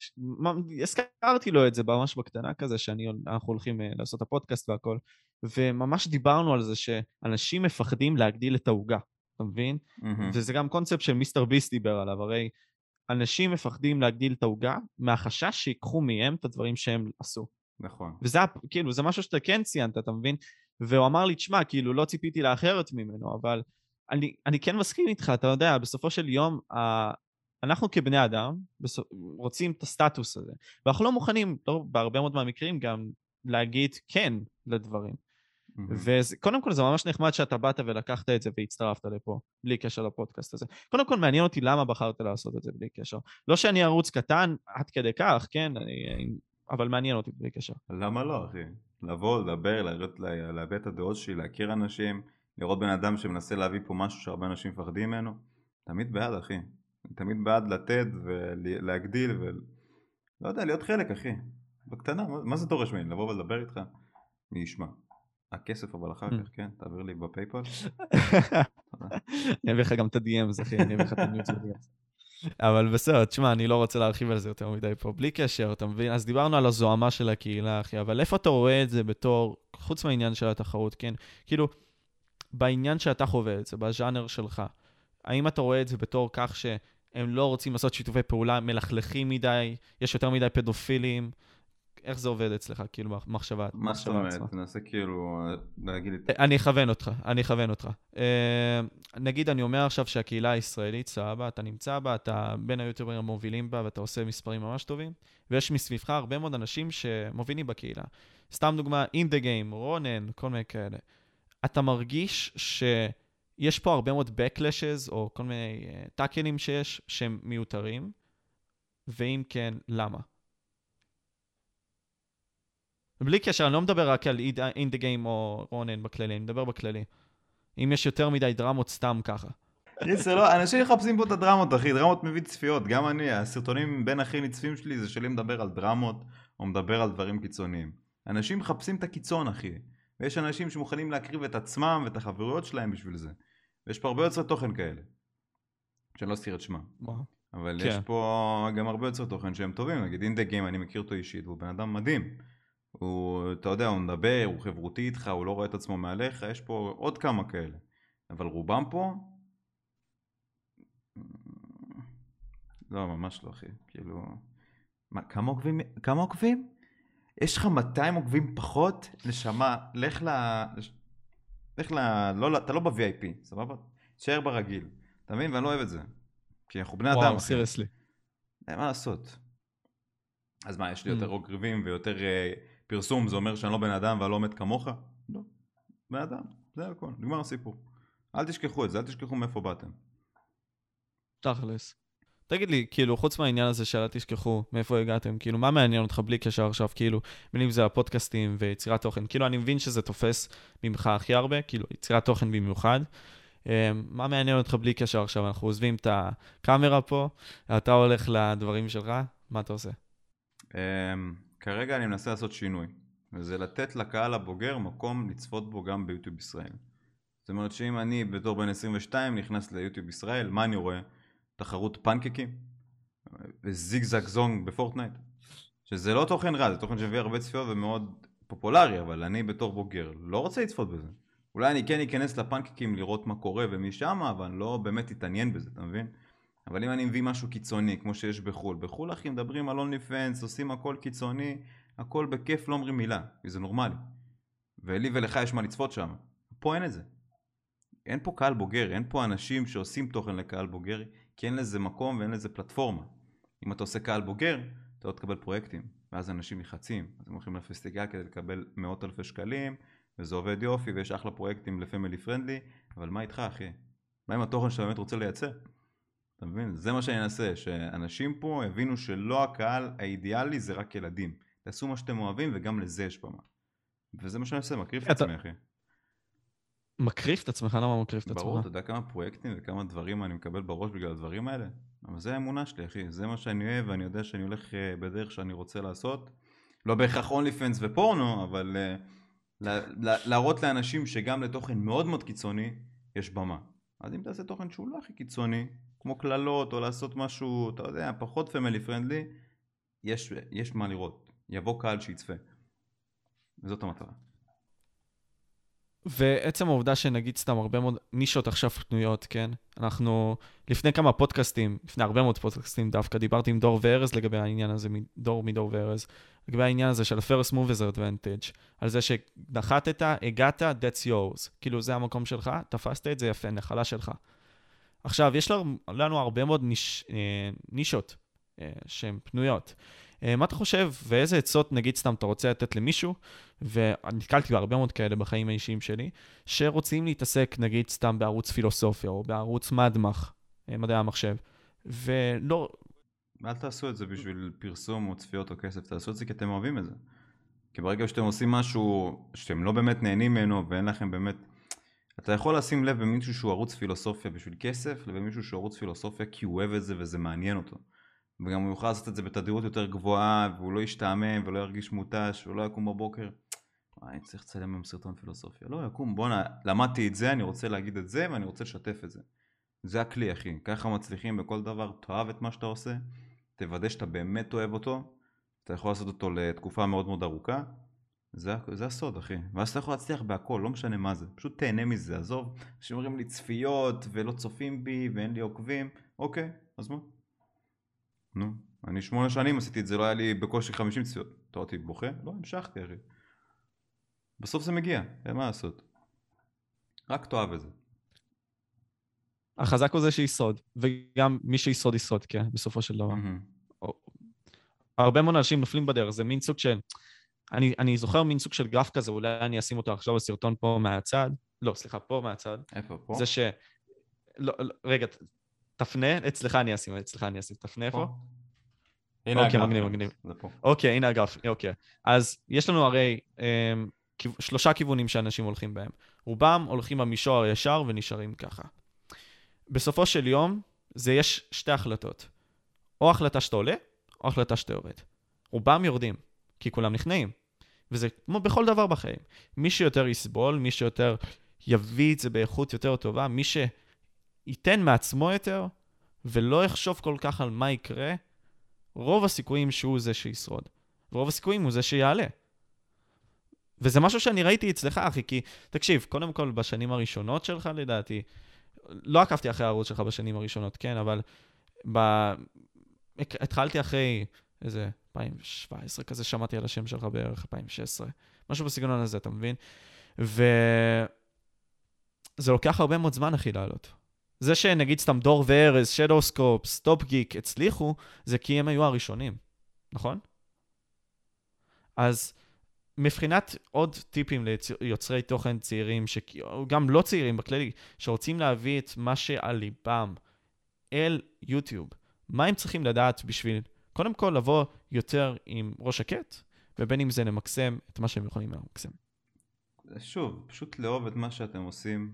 הזכרתי לו את זה ממש בקטנה כזה, שאנחנו הולכים לעשות את הפודקאסט והכל, וממש דיברנו על זה שאנשים מפחדים להגדיל את העוגה, אתה מבין? וזה גם קונספט של מיסטר ביסט דיבר עליו, הרי אנשים מפחדים להגדיל את העוגה, מהחשש שיקחו מהם את הדברים שהם עשו. נכון. וזה, כאילו, זה משהו שאתה כן ציינת, אתה מבין? והוא אמר לי, תשמע, כאילו, לא ציפיתי לאחרת ממנו, אבל אני, אני כן מסכים איתך, אתה יודע, בסופו של יום, ה... אנחנו כבני אדם בסופ... רוצים את הסטטוס הזה, ואנחנו לא מוכנים, לא, בהרבה מאוד מהמקרים, גם להגיד כן לדברים. Mm-hmm. וקודם כל, זה ממש נחמד שאתה באת ולקחת את זה והצטרפת לפה, בלי קשר לפודקאסט הזה. קודם כל, מעניין אותי למה בחרת לעשות את זה בלי קשר. לא שאני ערוץ קטן, עד כדי כך, כן, אני... אבל מעניין אותי בלי קשר. למה לא, אחי? לבוא, לדבר, להביא את הדעות שלי, להכיר אנשים, לראות בן אדם שמנסה להביא פה משהו שהרבה אנשים מפחדים ממנו. תמיד בעד, אחי. תמיד בעד לתת ולהגדיל ו... לא יודע, להיות חלק, אחי. בקטנה, מה זה דורש ממני? לבוא ולדבר איתך? מי ישמע? הכסף אבל אחר כך, כן? תעביר לי בפייפל. אני אביא לך גם את ה-די אמס, אחי. אני אביא לך את הניוץ ב-די אמס. אבל בסדר, תשמע, אני לא רוצה להרחיב על זה יותר מדי פה, בלי קשר, אתה מבין? אז דיברנו על הזוהמה של הקהילה, אחי, אבל איפה אתה רואה את זה בתור, חוץ מהעניין של התחרות, כן? כאילו, בעניין שאתה חווה את זה, בז'אנר שלך, האם אתה רואה את זה בתור כך שהם לא רוצים לעשות שיתופי פעולה, מלכלכים מדי, יש יותר מדי פדופילים, איך זה עובד אצלך, כאילו, במחשבה? מה זאת אומרת? ננסה כאילו להגיד לי... אני אכוון אותך, אני אכוון אותך. נגיד, אני אומר עכשיו שהקהילה הישראלית, סבבה, אתה נמצא בה, אתה בין היוטיוברים המובילים בה, ואתה עושה מספרים ממש טובים, ויש מסביבך הרבה מאוד אנשים שמובילים בקהילה. סתם דוגמה, In The Game, רונן, כל מיני כאלה. אתה מרגיש שיש פה הרבה מאוד backlashes, או כל מיני טאקלים שיש, שהם מיותרים, ואם כן, למה? בלי קשר, אני לא מדבר רק על In The Game או רונן בכללי, אני מדבר בכללי. אם יש יותר מדי דרמות סתם ככה. ריסר, לא, אנשים מחפשים פה את הדרמות, אחי, דרמות מביא צפיות, גם אני, הסרטונים בין הכי נצפים שלי זה שלי מדבר על דרמות, או מדבר על דברים קיצוניים. אנשים מחפשים את הקיצון, אחי, ויש אנשים שמוכנים להקריב את עצמם ואת החברויות שלהם בשביל זה. ויש פה הרבה יוצרי תוכן כאלה, שאני לא אזכיר את שמם. אבל כן. יש פה גם הרבה יוצרי תוכן שהם טובים, נגיד In The Game, אני מכיר אותו אישית, והוא בן אדם מדהים. הוא, אתה יודע, הוא מדבר, הוא חברותי איתך, הוא לא רואה את עצמו מעליך, יש פה עוד כמה כאלה. אבל רובם פה, לא, ממש לא, אחי. כאילו, מה, כמה עוקבים? כמה עוקבים? יש לך מאתיים עוקבים פחות? נשמה, לך ל... לך ל... לא, אתה לא ב-וי איי פי, סבבה? תשאר ברגיל. אתה מבין? ואני לא אוהב את זה. כי אנחנו בני אדם, אחי. וואו, סיריוסלי. אין מה לעשות. אז מה, יש לי יותר עוקבים ויותר uh, פרסום, זה אומר שאני לא בן אדם ואני לא עומד כמוך? לא. בן אדם, זה הכל. נגמר הסיפור. אל תשכחו את זה, אל תשכחו מאיפה באתם. תכלס. תגיד לי, כאילו, חוץ מהעניין הזה שאל תשכחו מאיפה הגעתם, כאילו, מה מעניין אותך בלי קשר עכשיו, כאילו, בין אם זה הפודקאסטים ויצירת תוכן, כאילו, אני מבין שזה תופס ממך הכי הרבה, כאילו, יצירת תוכן במיוחד, מה מעניין אותך בלי קשר עכשיו, אנחנו עוזבים את הקאמרה פה, אתה הולך לדברים שלך, מה אתה עושה? כרגע אני מנסה לעשות שינוי, וזה לתת לקהל הבוגר מקום לצפות בו גם ביוטיוב ישראל. זאת אומרת שאם אני בתור בן עשרים ושתיים נכנס ליוטיוב ישראל, מה אני רואה? תחרות פנקקים וזיגזג זונג בפורטנייט, שזה לא תוכן רע, זה תוכן שמביא הרבה צפיות ומאוד פופולרי, אבל אני בתור בוגר לא רוצה לצפות בזה. אולי אני כן אכנס לפנקקים לראות מה קורה ומשם, אבל אני לא באמת אתעניין בזה, אתה מבין? אבל אם אני מביא משהו קיצוני, כמו שיש בחול, בחול אחי מדברים על OnlyFans, עושים הכל קיצוני, הכל בכיף, לא אומרים מילה, זה נורמלי. ולי ולך יש מה לצפות שם. פה אין את זה. אין פה קהל בוגר, אין פה אנשים שעושים תוכן לקהל בוגר, כי אין לזה מקום ואין לזה פלטפורמה. אם אתה עושה קהל בוגר, אתה לא תקבל פרויקטים, ואז אנשים לחצים, אז הם הולכים לפסטיגל כדי לקבל מאות אלפי שקלים, וזה עובד יופי, ויש אחלה פרויקטים לפמילי פרנדלי, אבל מה איתך אחי? מה עם התוכן שאתה באמת רוצה לייצר? אתה מבין? זה מה שאני אנסה, שאנשים פה הבינו שלא הקהל האידיאלי זה רק ילדים. תעשו מה שאתם אוהבים וגם לזה יש במה. וזה מה שאני עושה, מקריף את עצמי אחי. מקריף את עצמך? למה מקריף את עצמך? ברור, אתה יודע כמה פרויקטים וכמה דברים אני מקבל בראש בגלל הדברים האלה? אבל זה האמונה שלי אחי, זה מה שאני אוהב ואני יודע שאני הולך בדרך שאני רוצה לעשות. לא בהכרח OnlyFans ופורנו, אבל להראות לאנשים שגם לתוכן מאוד מאוד קיצוני יש במה. אז אם תעשה תוכן שהוא לא הכי קיצוני, כמו כללות או לעשות משהו, אתה יודע, פחות פמילי פרנדלי, יש, יש מה לראות. יבוא קהל שיצפה. וזאת המטרה. ועצם העובדה שנגיד סתם הרבה מאוד נישות עכשיו פנויות, כן? אנחנו לפני כמה פודקאסטים, לפני הרבה מאוד פודקאסטים דווקא, דיברתי עם דור וארז לגבי העניין הזה, דור מדור וארז, לגבי העניין הזה של first mover advantage, על זה שנחתת, הגעת, that's yours. כאילו זה המקום שלך, תפסת את זה יפה, נחלה שלך. עכשיו, יש לנו הרבה מאוד ניש, נישות שהן פנויות. מה אתה חושב, ואיזה עצות, נגיד סתם, אתה רוצה לתת למישהו, ונתקלתי בהרבה מאוד כאלה בחיים האישיים שלי, שרוצים להתעסק, נגיד סתם, בערוץ פילוסופיה, או בערוץ מדמח, מדעי המחשב, ולא... אל תעשו את זה בשביל פרסום או צפיות או כסף, תעשו את זה כי אתם אוהבים את זה. כי ברגע שאתם עושים משהו שאתם לא באמת נהנים ממנו, ואין לכם באמת... אתה יכול לשים לב במישהו שהוא ערוץ פילוסופיה בשביל כסף, ובמישהו שהוא ערוץ פילוסופיה כי הוא אוהב את זה וזה מעניין אותו. וגם הוא יוכל לעשות את זה בתדירות יותר גבוהה, והוא לא ישתעמם ולא ירגיש מותש, ולא יקום בבוקר. אני צריך לצלם עם סרטון פילוסופיה. לא יקום, בוא, למדתי את זה, אני רוצה להגיד את זה, ואני רוצה לשתף את זה. זה הכלי, אחי. ככה מצליחים בכל דבר, תאהב את מה שאתה עושה, תוודא שאתה באמת אוהב אותו, אתה יכול לעשות אותו לתקופה מאוד מאוד ארוכה, זה, זה הסוד, אחי. ואז אתה יכול להצליח בהכל, לא משנה מה זה. פשוט תהנה מזה, עזוב. שאומרים לי צפיות, ולא צופים בי, ואין לי עוקבים. אוקיי, אז מה? נו, אני שמונה שנים עשיתי את זה, לא היה לי בקושי חמישים צפיות. אתה אותי בוכה? לא, המשכתי, אחי. בסוף זה מגיע, אין מה לעשות. רק תאהב את זה. החזק הוא זה שיסוד, וגם מי שיסוד יסוד, כן, בסופו של דבר. Mm-hmm. הרבה מאוד אנשים נופלים בדרך, זה מין סוג של... אני, אני זוכר מין סוג של גרף כזה, אולי אני אשים אותו עכשיו בסרטון פה מהצד. לא, סליחה, פה מהצד. איפה, פה? זה ש... לא, לא, רגע, תפנה, אצלך אני אשים, אצלך אני אשים, תפנה איפה? הנה אוקיי, הגרף. מגניב, מגניב. זה פה. אוקיי, הנה הגרף, אוקיי. אז יש לנו הרי אמ, שלושה כיוונים שאנשים הולכים בהם. רובם הולכים במישור הישר ונשארים ככה. בסופו של יום, זה יש שתי החלטות. או החלטה שאתה עולה, או החלטה שאתה יורד. רובם יורדים, כי כולם נכנעים. וזה כמו בכל דבר בחיים. מי שיותר יסבול, מי שיותר יביא את זה באיכות יותר טובה, מי שייתן מעצמו יותר, ולא יחשוב כל כך על מה יקרה, רוב הסיכויים שהוא זה שישרוד. ורוב הסיכויים הוא זה שיעלה. וזה משהו שאני ראיתי אצלך, אחי, כי, תקשיב, קודם כל, בשנים הראשונות שלך, לדעתי, לא עקבתי אחרי הערוץ שלך בשנים הראשונות, כן, אבל ב... התחלתי אחרי איזה אלפיים שבע עשרה, כזה שמעתי על השם שלך בערך אלפיים ושש עשרה, משהו בסגנון הזה, אתה מבין? וזה לוקח הרבה מאוד זמן, אחי, לעלות. זה שנגיד סתם דור וארז, שדוסקופ, סטופ גיק, הצליחו, זה כי הם היו הראשונים, נכון? אז מבחינת עוד טיפים ליוצרי תוכן צעירים, גם לא צעירים בכללי, שרוצים להביא את מה שעל ליבם אל יוטיוב, מה הם צריכים לדעת בשביל, קודם כל, לבוא יותר עם ראש שקט, ובין אם זה למקסם את מה שהם יכולים למקסם. שוב, פשוט לאהוב את מה שאתם עושים,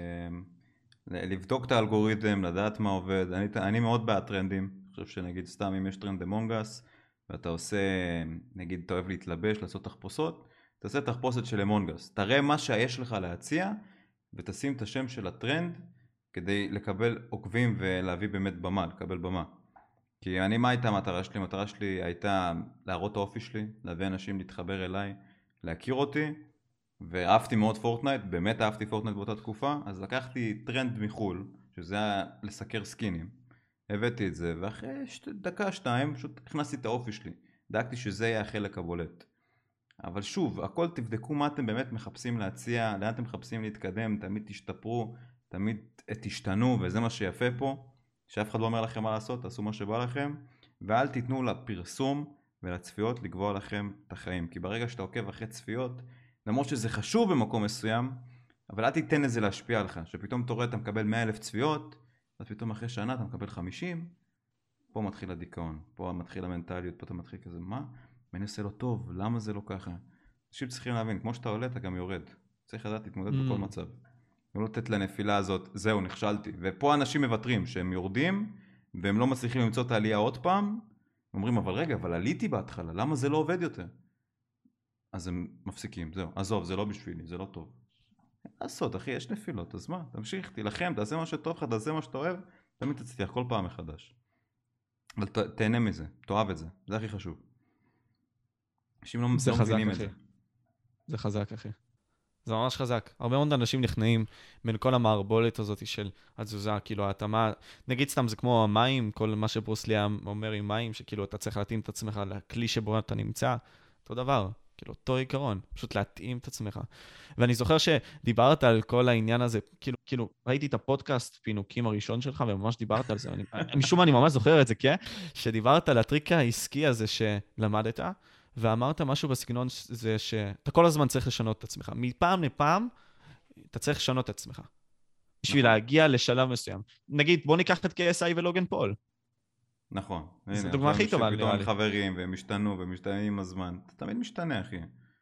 לבדוק את האלגוריתם, לדעת מה עובד. אני, אני מאוד בעד טרנדים. אני חושב שנגיד סתם אם יש טרנד אמונגס, ואתה עושה, נגיד אתה אוהב להתלבש, לעשות תחפושות, תעשה תחפושת של אמונגס. תראה מה שיש לך להציע, ותשים את השם של הטרנד, כדי לקבל עוקבים ולהביא באמת במה, לקבל במה. כי אני, מה הייתה המטרה שלי? המטרה שלי הייתה להראות את האופי שלי, להביא אנשים להתחבר אליי, להכיר אותי, ואהבתי מאוד פורטנייט, באמת אהבתי פורטנייט באותה תקופה, אז לקחתי טרנד מחול, שזה היה לסקר סקינים, הבאתי את זה, ואחרי שת, דקה, שתיים, פשוט הכנסתי את האופי שלי, דאגתי שזה יהיה החלק הבולט. אבל שוב, הכל תבדקו מה אתם באמת מחפשים להציע, לאן אתם מחפשים להתקדם, תמיד תשתפרו, תמיד תשתנו, וזה מה שיפה פה, שאף אחד לא אומר לכם מה לעשות, תעשו מה שבא לכם, ואל תיתנו לפרסום ולצפיות לגבוע לכם את החיים, כי ברגע שאתה עוקב אחרי צפיות, למרות שזה חשוב במקום מסוים, אבל אל תיתן לזה להשפיע עליך, שפתאום אתה רואה אתה מקבל מאה אלף צפיות, אז פתאום אחרי שנה אתה מקבל חמישים, פה מתחיל הדיכאון, פה מתחיל המנטליות, פה אתה מתחיל כזה, מה? ואני עושה לו טוב, למה זה לא ככה? אנשים צריכים להבין, כמו שאתה עולה אתה גם יורד, צריך לדעת להתמודד mm. בכל מצב, ולא לתת לנפילה הזאת, זהו, נכשלתי, ופה אנשים מבטרים שהם יורדים, והם לא מצליחים למצוא את העלייה עוד פעם, אומרים, אבל רגע, אבל עליתי בהתחלה, למה זה לא עובד יותר? אז הם מפסיקים, זהו, עזוב, זה לא בשבילי, זה לא טוב. לעשות, אחי, יש נפילות, אז מה? תמשיך, תילחם, תעשה מה שטוב לך, תעשה מה שאתה אוהב, תמיד תצליח כל פעם מחדש. אבל ת, תהנה מזה, תאהב את זה, זה הכי חשוב. אנשים לא, זה לא חזק, מבינים אחי. את זה. זה חזק, אחי. זה ממש חזק. הרבה מאוד אנשים נכנעים בין כל המערבולת הזאת של התזוזה, כאילו ההתאמה, נגיד סתם זה כמו המים, כל מה שברוס לי אומר עם מים, שכאילו אתה צריך להתאים את עצמך לכלי שבו אתה נמצא, אותו דבר. כאילו, אותו עיקרון, פשוט להתאים את עצמך. ואני זוכר שדיברת על כל העניין הזה, כאילו, כאילו, ראיתי את הפודקאסט פינוקים הראשון שלך, וממש דיברת על זה, אני, משום מה אני ממש זוכר את זה, כן? שדיברת על הטריק העסקי הזה שלמדת, ואמרת משהו בסגנון זה שאתה כל הזמן צריך לשנות את עצמך. מפעם לפעם, אתה צריך לשנות את עצמך. בשביל להגיע לשלב מסוים. נגיד, בוא ניקח את קי אס איי ולוגן פול. נכון. זו דוגמה הכי טובה. פתאום חברים והם השתנו והם משתנים עם הזמן. אתה תמיד משתנה, אחי.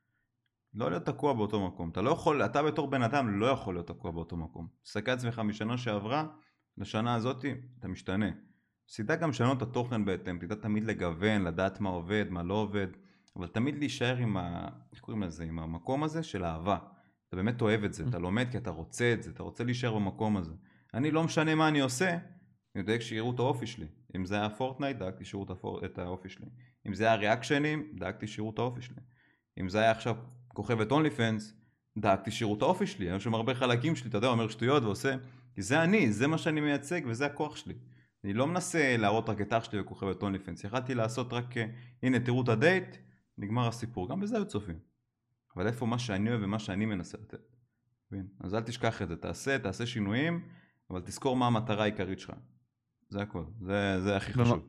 לא להיות תקוע באותו מקום. אתה לא יכול, אתה בתור בן אדם לא יכול להיות תקוע באותו מקום. תסתכל על עצמך משנה שעברה לשנה הזאת, אתה משתנה. תדע גם לשנות את התוכן בהתאם, תדע תמיד לגוון, לדעת מה עובד, מה לא עובד, אבל תמיד להישאר עם ה... איך קוראים לזה? עם המקום הזה של אהבה. אתה באמת אוהב את זה, אתה לומד כי אתה רוצה את זה, אתה רוצה להישאר במקום הזה. אני לא משנה מה אני עושה, אני יודע שיראו את האופי שלי. אם זה היה פורטנייט, דאגתי שיראו את האופי שלי. אם זה היה ריאקשנים, דאגתי שיראו את האופי שלי. אם זה היה עכשיו כוכבת אונלי פנס, דאגתי שיראו את האופי שלי. היה שם הרבה חלקים שלי, אתה יודע, אומר שטויות ועושה, כי זה אני, זה מה שאני מייצג וזה הכוח שלי. אני לא מנסה להראות רק את אח שלי וכוכבת אונלי פנס. יכלתי לעשות רק, הנה תראו את הדייט, נגמר הסיפור. גם בזה היו צופים. אבל איפה מה שאני אוהב ומה שאני מנסה לתת. אז אל תשכח את זה, תעשה, תעשה שינויים, אבל תזכור מה המטרה העיקרית שלך. זה הכל, זה, זה הכי חשוב.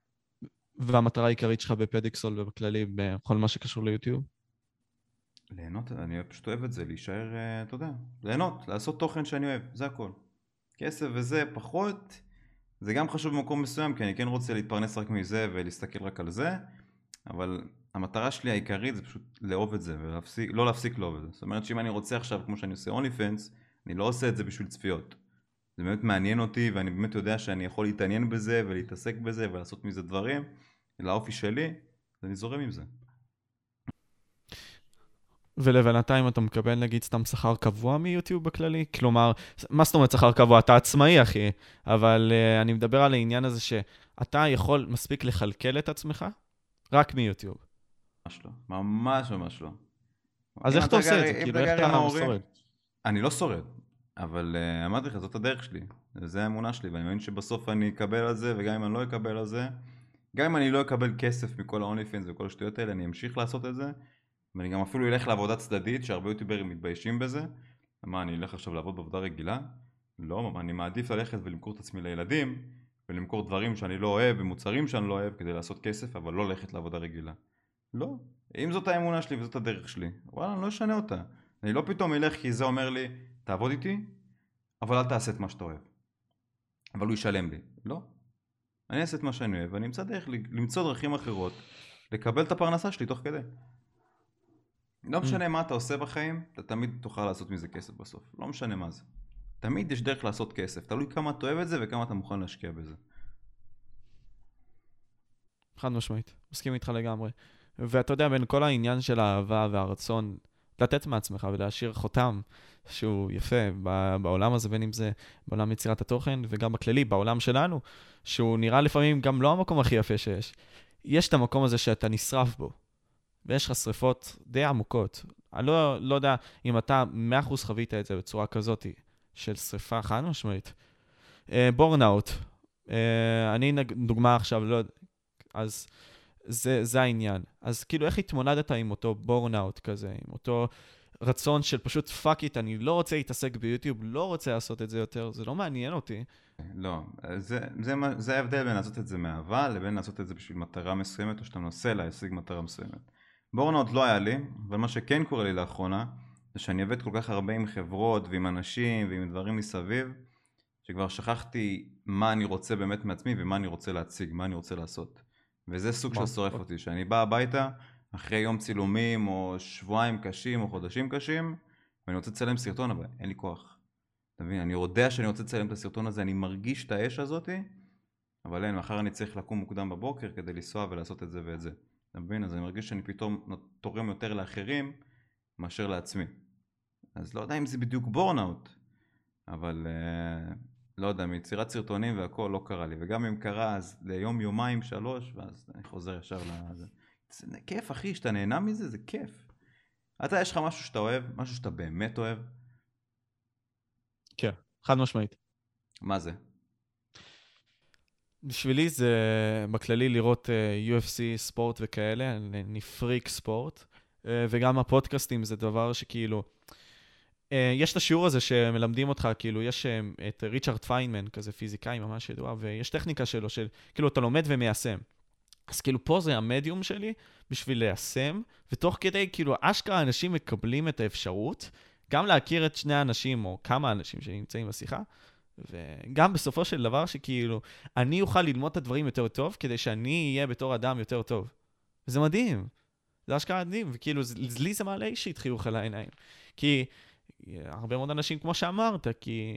והמטרה העיקרית שלך בפדיקסול ובכללי בכל מה שקשור ליוטיוב? ליהנות, אני פשוט אוהב את זה, להישאר, אתה יודע, ליהנות, לעשות תוכן שאני אוהב, זה הכל. כסף וזה פחות, זה גם חשוב במקום מסוים, כי אני כן רוצה להתפרנס רק מזה ולהסתכל רק על זה, אבל המטרה שלי העיקרית זה פשוט לאהוב את זה, ולהפסיק, לא להפסיק לאהוב את זה. זאת אומרת שאם אני רוצה עכשיו, כמו שאני עושה אונלי פנס, אני לא עושה את זה בשביל צפיות. זה באמת מעניין אותי, ואני באמת יודע שאני יכול להתעניין בזה, ולהתעסק בזה, ולעשות מזה דברים, לאופי שלי, אז אני זורם עם זה. ולבינתיים אתה מקבל נגיד סתם שכר קבוע מיוטיוב בכללי? כלומר, מה זאת אומרת שכר קבוע? אתה עצמאי אחי, אבל uh, אני מדבר על העניין הזה שאתה יכול מספיק לכלכל את עצמך רק מיוטיוב. ממש לא, ממש ממש לא. אז איך אתה עושה את זה? כאילו איך אתה שורד? אני לא שורד, אבל uh, אמרתי לך, זאת הדרך שלי, זה האמונה שלי, ואני מאמין שבסוף אני אקבל על זה, וגם אם אני לא אקבל על זה, גם אם אני לא אקבל כסף מכל ה-OnlyFans וכל השטויות האלה, אני אמשיך לעשות את זה, ואני גם אפילו אלך לעבודה צדדית, שהרבה יוטיוברים מתביישים בזה. מה, אני אלך עכשיו לעבוד בעבודה רגילה? לא, אני מעדיף ללכת ולמכור את עצמי לילדים, ולמכור דברים שאני לא אוהב, ומוצרים שאני לא אוהב, כדי לעשות כסף, אבל לא ללכת לעבודה רגילה. לא. אם זאת האמונה שלי וזאת הדרך שלי, וואלה, אני לא אשנה אותה. אני לא פתאום אלך כי זה אומר לי, תעבוד איתי, אבל אל תעשה את מה שאתה אוהב. אבל הוא ישלם לי. לא. אני אעשה את מה שאני אוהב, ואני אמצא דרך למצוא דרכים אחרות, לקבל את הפרנסה שלי תוך כדי. לא משנה מה אתה עושה בחיים, אתה תמיד תוכל לעשות מזה כסף בסוף. לא משנה מה זה. תמיד יש דרך לעשות כסף. תלוי כמה אתה אוהב את זה וכמה אתה מוכן להשקיע בזה. חד משמעית. מסכים איתך לגמרי. ואתה יודע, בין כל העניין של האהבה והרצון לתת מעצמך ולהשאיר חותם שהוא יפה בעולם הזה, בין אם זה בעולם יצירת התוכן וגם בכללי, בעולם שלנו, שהוא נראה לפעמים גם לא המקום הכי יפה שיש. יש את המקום הזה שאתה נשרף בו. ויש לך שריפות די עמוקות. אני לא, לא יודע אם אתה מאה אחוז חווית את זה בצורה כזאת של שריפה חד משמעית. בורנאוט. אני דוגמה עכשיו, לא, אז זה, זה העניין. אז כאילו איך התמודדת עם אותו בורנאוט כזה, עם אותו רצון של פשוט פאק איט, אני לא רוצה להתעסק ביוטיוב, לא רוצה לעשות את זה יותר, זה לא מעניין אותי. לא, זה, זה, זה ההבדל בין לעשות את זה מאהבה, לבין לעשות את זה בשביל מטרה מסוימת, או שאתה מנסה להשיג מטרה מסוימת. בורנאוט לא היה לי, אבל מה שכן קורה לי לאחרונה, זה שאני עובד כל כך הרבה עם חברות ועם אנשים ועם דברים מסביב, שכבר שכחתי מה אני רוצה באמת מעצמי ומה אני רוצה להציג, מה אני רוצה לעשות. וזה סוג של שורף אותי, שאני בא הביתה אחרי יום צילומים או שבועיים קשים או חודשים קשים, ואני רוצה לצלם סרטון, אבל אין לי כוח. אתה מבין, אני יודע שאני רוצה לצלם את הסרטון הזה, אני מרגיש את האש הזאת, אבל אין, מחר אני צריך לקום מוקדם בבוקר כדי לנסוע ולעשות את זה ואת זה. אתה מבין? אז אני מרגיש שאני פתאום תורם יותר לאחרים מאשר לעצמי. אז לא יודע אם זה בדיוק בורנאוט, אבל אה, לא יודע, מיצירת סרטונים והכל לא קרה לי. וגם אם קרה, אז ליום, יומיים, שלוש, ואז אני חוזר ישר לזה. זה כיף, אחי, שאתה נהנה מזה, זה כיף. אתה, יש לך משהו שאתה אוהב, משהו שאתה באמת אוהב? כן, חד משמעית. מה זה? בשבילי זה בכללי לראות uh, יו אף סי ספורט וכאלה, אני פריק ספורט, uh, וגם הפודקאסטים זה דבר שכאילו, uh, יש את השיעור הזה שמלמדים אותך, כאילו יש uh, את ריצ'רד פיינמן, כזה פיזיקאי ממש ידוע, ויש טכניקה שלו של, כאילו אתה לומד ומיישם. אז כאילו פה זה המדיום שלי בשביל ליישם, ותוך כדי כאילו אשכרה אנשים מקבלים את האפשרות, גם להכיר את שני האנשים או כמה אנשים שנמצאים בשיחה, וגם בסופו של דבר שכאילו אני אוכל ללמוד את הדברים יותר טוב, כדי שאני אהיה בתור אדם יותר טוב. וזה מדהים. זה אשכרה מדהים, וכאילו לי זה מעלה אישית חיוך על העיניים. כי הרבה מאוד אנשים כמו שאמרת, כי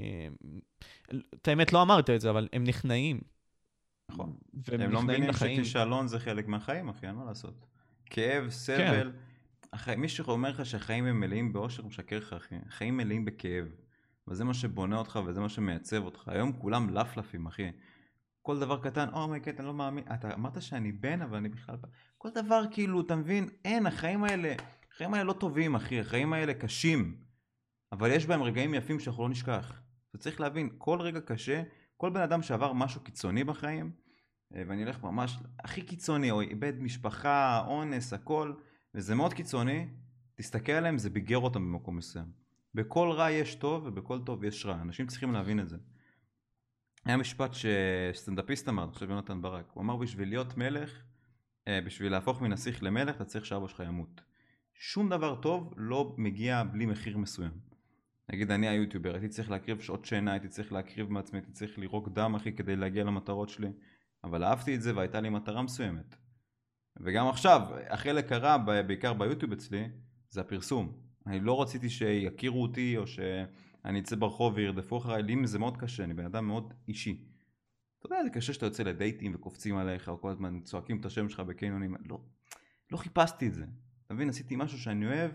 את האמת לא אמרת את זה, אבל הם נכנעים. נכון. הם לא מבינים שכישלון זה חלק מהחיים, אחי, אין מה לעשות. כאב, סבל. מי שאומר לך שהחיים הם מלאים באושר, משקר לך, אחי. החיים מלאים בכאב. וזה מה שבונה אותך וזה מה שמייצב אותך. היום כולם לפלפים, אחי. כל דבר קטן, או מי קטן, לא מאמין. אתה אמרת שאני בן, אבל אני בכלל... כל דבר כאילו, אתה מבין? אין, החיים האלה, החיים האלה לא טובים, אחי. החיים האלה קשים. אבל יש בהם רגעים יפים שאנחנו לא נשכח. אתה צריך להבין, כל רגע קשה, כל בן אדם שעבר משהו קיצוני בחיים, ואני אלך ממש הכי קיצוני, או איבד משפחה, אונס, הכל, וזה מאוד קיצוני, תסתכל עליהם, זה ביגר אותם במקום מסוים. בכל רע יש טוב, ובכל טוב יש רע. אנשים צריכים להבין את זה. היה משפט שסטנדאפיסט אמר, עכשיו יונתן ברק, הוא אמר, בשביל להיות מלך, בשביל להפוך מנסיך למלך, אתה צריך שאבא שלך ימות. שום דבר טוב לא מגיע בלי מחיר מסוים. נגיד, אני היוטיובר, הייתי צריך להקריב שעות שינה, הייתי צריך להקריב מעצמי, הייתי צריך לירוק דם, אחי, כדי להגיע למטרות שלי. אבל אהבתי את זה והייתה לי מטרה מסוימת. וגם עכשיו, החלק הרע, בעיקר ביוטיוב אצלי, זה הפרסום. אני לא רציתי שיכירו אותי, או שאני אצא ברחוב וירדפו אחריי, לי זה מאוד קשה, אני בן אדם מאוד אישי. אתה יודע, זה קשה שאתה יוצא לדייטים וקופצים עליך, או כל הזמן צועקים את השם שלך בקיינונים. לא, לא חיפשתי את זה. אתה מבין, עשיתי משהו שאני אוהב,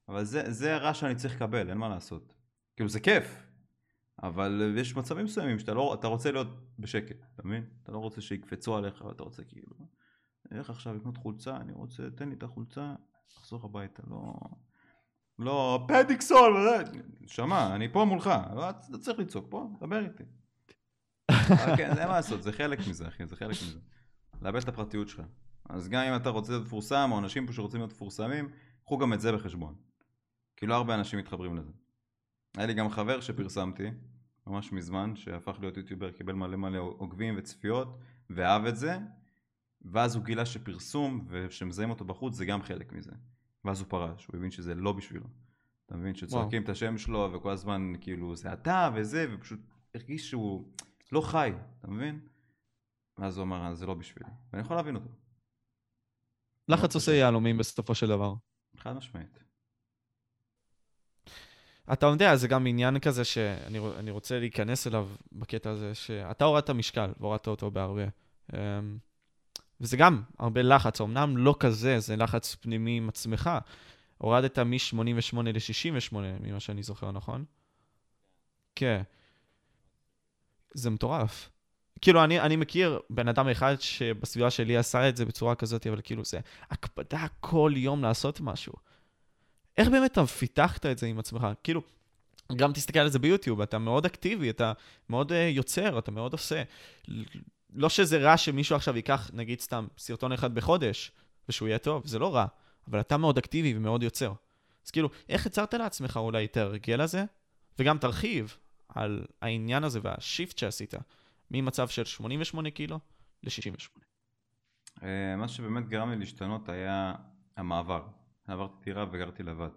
אבל זה, זה הרע שאני צריך לקבל, אין מה לעשות. כאילו זה כיף, אבל יש מצבים מסוימים שאתה לא, אתה רוצה להיות בשקט, אתה מבין? אתה לא רוצה שיקפצו עליך, אתה רוצה כאילו, איך עכשיו לקנות חולצה, אני רוצה, תן לי את החולצה, לחזור הביתה, לא, לא, פדיקסול, שמע, אני פה מולך, לא, אתה צריך לצעוק פה, דבר איתי. כן, זה מה לעשות, זה חלק מזה, אחי, זה חלק מזה. לאבד את הפרטיות שלך. אז גם אם אתה רוצה להיות מפורסם, או אנשים פה שרוצים להיות מפורסמים, קחו גם את זה בחשבון. כי לא הרבה אנשים מתחברים לזה. היה לי גם חבר שפרסמתי, ממש מזמן, שהפך להיות יוטיובר, קיבל מלא מלא עוקבים וצפיות, ואהב את זה, ואז הוא גילה שפרסום, ושמזהים אותו בחוץ, זה גם חלק מזה. ואז הוא פרש, הוא הבין שזה לא בשבילו. אתה מבין שצועקים את השם שלו, וכל הזמן כאילו זה אתה וזה, ופשוט הרגיש שהוא לא חי, אתה מבין? ואז הוא אמר, זה לא בשבילי. ואני יכול להבין אותו. לחץ עושה יהלומים בסופו של דבר. חד משמעית. אתה יודע, זה גם עניין כזה שאני רוצה להיכנס אליו בקטע הזה, שאתה הורדת משקל, והורדת אותו בהרבה. וזה גם הרבה לחץ, אמנם לא כזה, זה לחץ פנימי עם עצמך. הורדת מ-שמונים ושמונה ל-שישים ושמונה, ממה שאני זוכר, נכון? כן. זה מטורף. כאילו, אני, אני מכיר בן אדם אחד שבסביבה שלי עשה את זה בצורה כזאת, אבל כאילו זה הקפדה כל יום לעשות משהו. איך באמת אתה פיתחת את זה עם עצמך? כאילו, גם תסתכל על זה ביוטיוב, אתה מאוד אקטיבי, אתה מאוד uh, יוצר, אתה מאוד עושה. לא שזה רע שמישהו עכשיו ייקח, נגיד סתם, סרטון אחד בחודש, ושהוא יהיה טוב, זה לא רע, אבל אתה מאוד אקטיבי ומאוד יוצר. אז כאילו, איך יצרת לעצמך אולי את הרגל הזה? וגם תרחיב על העניין הזה והשיפט שעשית, ממצב של שמונים ושמונה קילו ל-שישים ושמונה. מה שבאמת גרם לי להשתנות היה המעבר. עברתי דירה וגרתי לבד.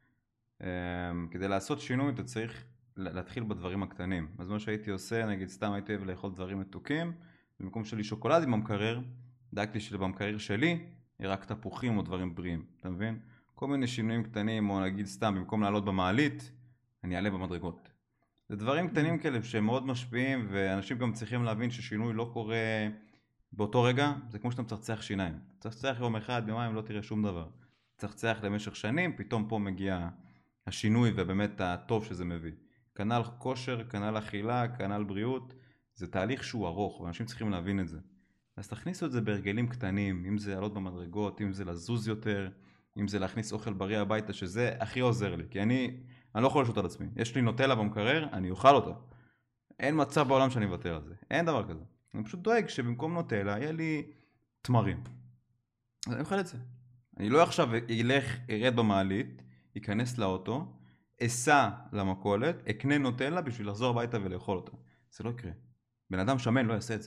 כדי לעשות שינוי אתה צריך להתחיל בדברים הקטנים. אז מה שהייתי עושה, נגיד סתם הייתי אוהב לאכול דברים מתוקים, במקום שלי שוקולדים במקרר, דאגתי שבמקרר שלי יהיה רק תפוחים או דברים בריאים, אתה מבין? כל מיני שינויים קטנים, או נגיד סתם במקום לעלות במעלית, אני אעלה במדרגות. זה דברים קטנים כאלה שהם מאוד משפיעים, ואנשים גם צריכים להבין ששינוי לא קורה באותו רגע, זה כמו שאתה מצחצח שיניים. צחצח יום אחד, יומיים לא תראה שום דבר. צחצח למשך שנים, פתאום פה מגיע השינוי ובאמת הטוב שזה מביא. כנל כושר, כנל אכילה, כנל בריאות, זה תהליך שהוא ארוך, ואנשים צריכים להבין את זה. אז תכניסו את זה בהרגלים קטנים, אם זה לעלות במדרגות, אם זה לזוז יותר, אם זה להכניס אוכל בריא הביתה, שזה הכי עוזר לי, כי אני, אני לא יכול לשעות על עצמי. יש לי נוטלה במקרר, אני אוכל אותה. אין מצב בעולם שאני אוותר על זה. אין דבר כזה. אני פשוט דואג שבמקום נוטלה, יהיה לי תמרים. אז אני אוכל את זה. אני לא עכשיו ילך, ארד במעלית, ייכנס לאוטו, אסע למקולת, אקנה נוטלה בשביל לחזור הביתה ולאכול אותה. זה לא יקרה. בן אדם שמן לא יעשה את זה.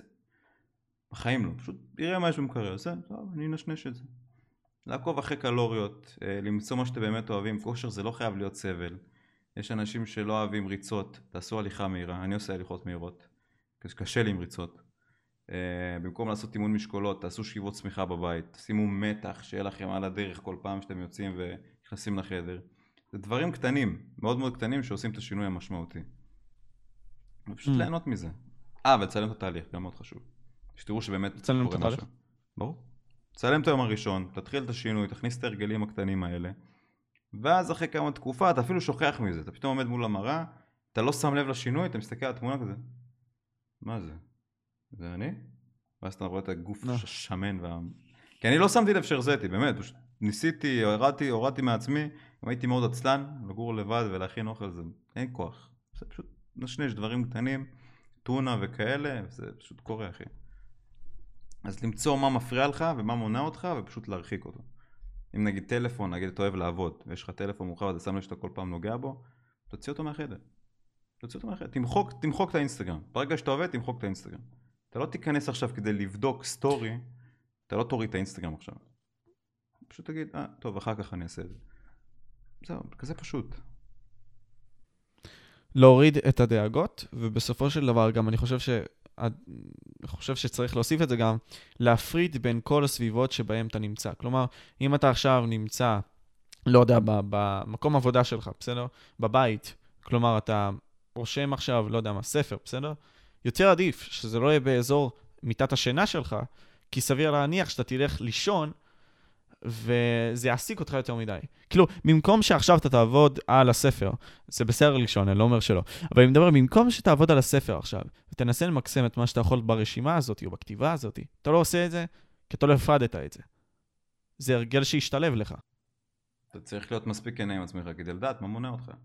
בחיים לא. פשוט יראה מה יש במקרר. עושה, טוב, אני נשנש את זה. לעקוב אחרי קלוריות, למצוא מה שאתם באמת אוהבים. כושר זה לא חייב להיות סבל. יש אנשים שלא אוהבים ריצות, תעשו הליכה מהירה. אני עושה הליכות מהירות. קשה לי עם ריצות. במקום לעשות אימון משקולות, תעשו שאיבות צמיחה בבית. שימו מתח שיהיה לכם על הדרך כל פעם שאתם יוצאים ונכנסים לחדר. זה דברים קטנים, מאוד מאוד קטנים שעושים את השינוי המשמעותי. ופשוט mm. ליהנות מזה. אה, ולצלם את התהליך, גם מאוד חשוב. שתראו שבאמת קורה משהו. ברור. צלם את היום הראשון, תתחיל את השינוי, תכניס את הרגלים הקטנים האלה, ואז אחרי כמה תקופה אתה אפילו שוכח מזה. אתה פתאום עומד מול המראה, אתה לא שם לב לשינוי, אתה מסתכל על התמונה כזה. מה זה? זה אני? ואז אתה רואה את הגוף שמן וה... כי אני לא שמתי לב שהרזיתי, באמת, פשוט ניסיתי, הורדתי, הורדתי מעצמי, גם הייתי מאוד עצלן, לגור לבד ולהכין אוכל, זה אין כוח. זה פשוט נשנש דברים קטנים, טונה וכאלה, זה פשוט קורה, אחי. אז למצוא מה מפריע לך ומה מונע אותך, ופשוט להרחיק אותו. אם נגיד טלפון, נגיד אתה אוהב לעבוד, ויש לך טלפון מורחב, אתה שם לב שאתה כל פעם נוגע בו, תוציא אותו מהחדר. תוציא אותו מהחדר. תמחוק, תמחוק את האינסטגרם. ברגע שאתה עובד, תמחוק את האינסטגרם. אתה לא תיכנס עכשיו כדי לבדוק סטורי, אתה לא תוריד את האינסטגרם עכשיו. פשוט תגיד, אה, טוב, אחר כך אני אעשה את זה. זהו, כזה פשוט. להוריד את הדאגות, ובסופו של דבר גם אני חושב ש... אני חושב שצריך להוסיף את זה גם, להפריד בין כל הסביבות שבהם אתה נמצא. כלומר, אם אתה עכשיו נמצא, לא יודע, במקום עבודה שלך, בסדר? בבית, כלומר, אתה רושם עכשיו, לא יודע מה, ספר, בסדר? יותר עדיף שזה לא יהיה באזור מיטת השינה שלך, כי סביר להניח שאתה תלך לישון, וזה יעסיק אותך יותר מדי. כאילו, במקום שעכשיו אתה תעבוד על הספר, זה בסדר לישון, אני לא אומר שלא, אבל אני מדבר, במקום שתעבוד על הספר עכשיו, ותנסה למקסם את מה שאתה יכול ברשימה הזאת, או בכתיבה הזאת, אתה לא עושה את זה, כי אתה לא הפרדת את זה. זה הרגל שישתלב לך. אתה צריך להיות מספיק עיני עם עצמך כדי לדעת מה מונע אותך.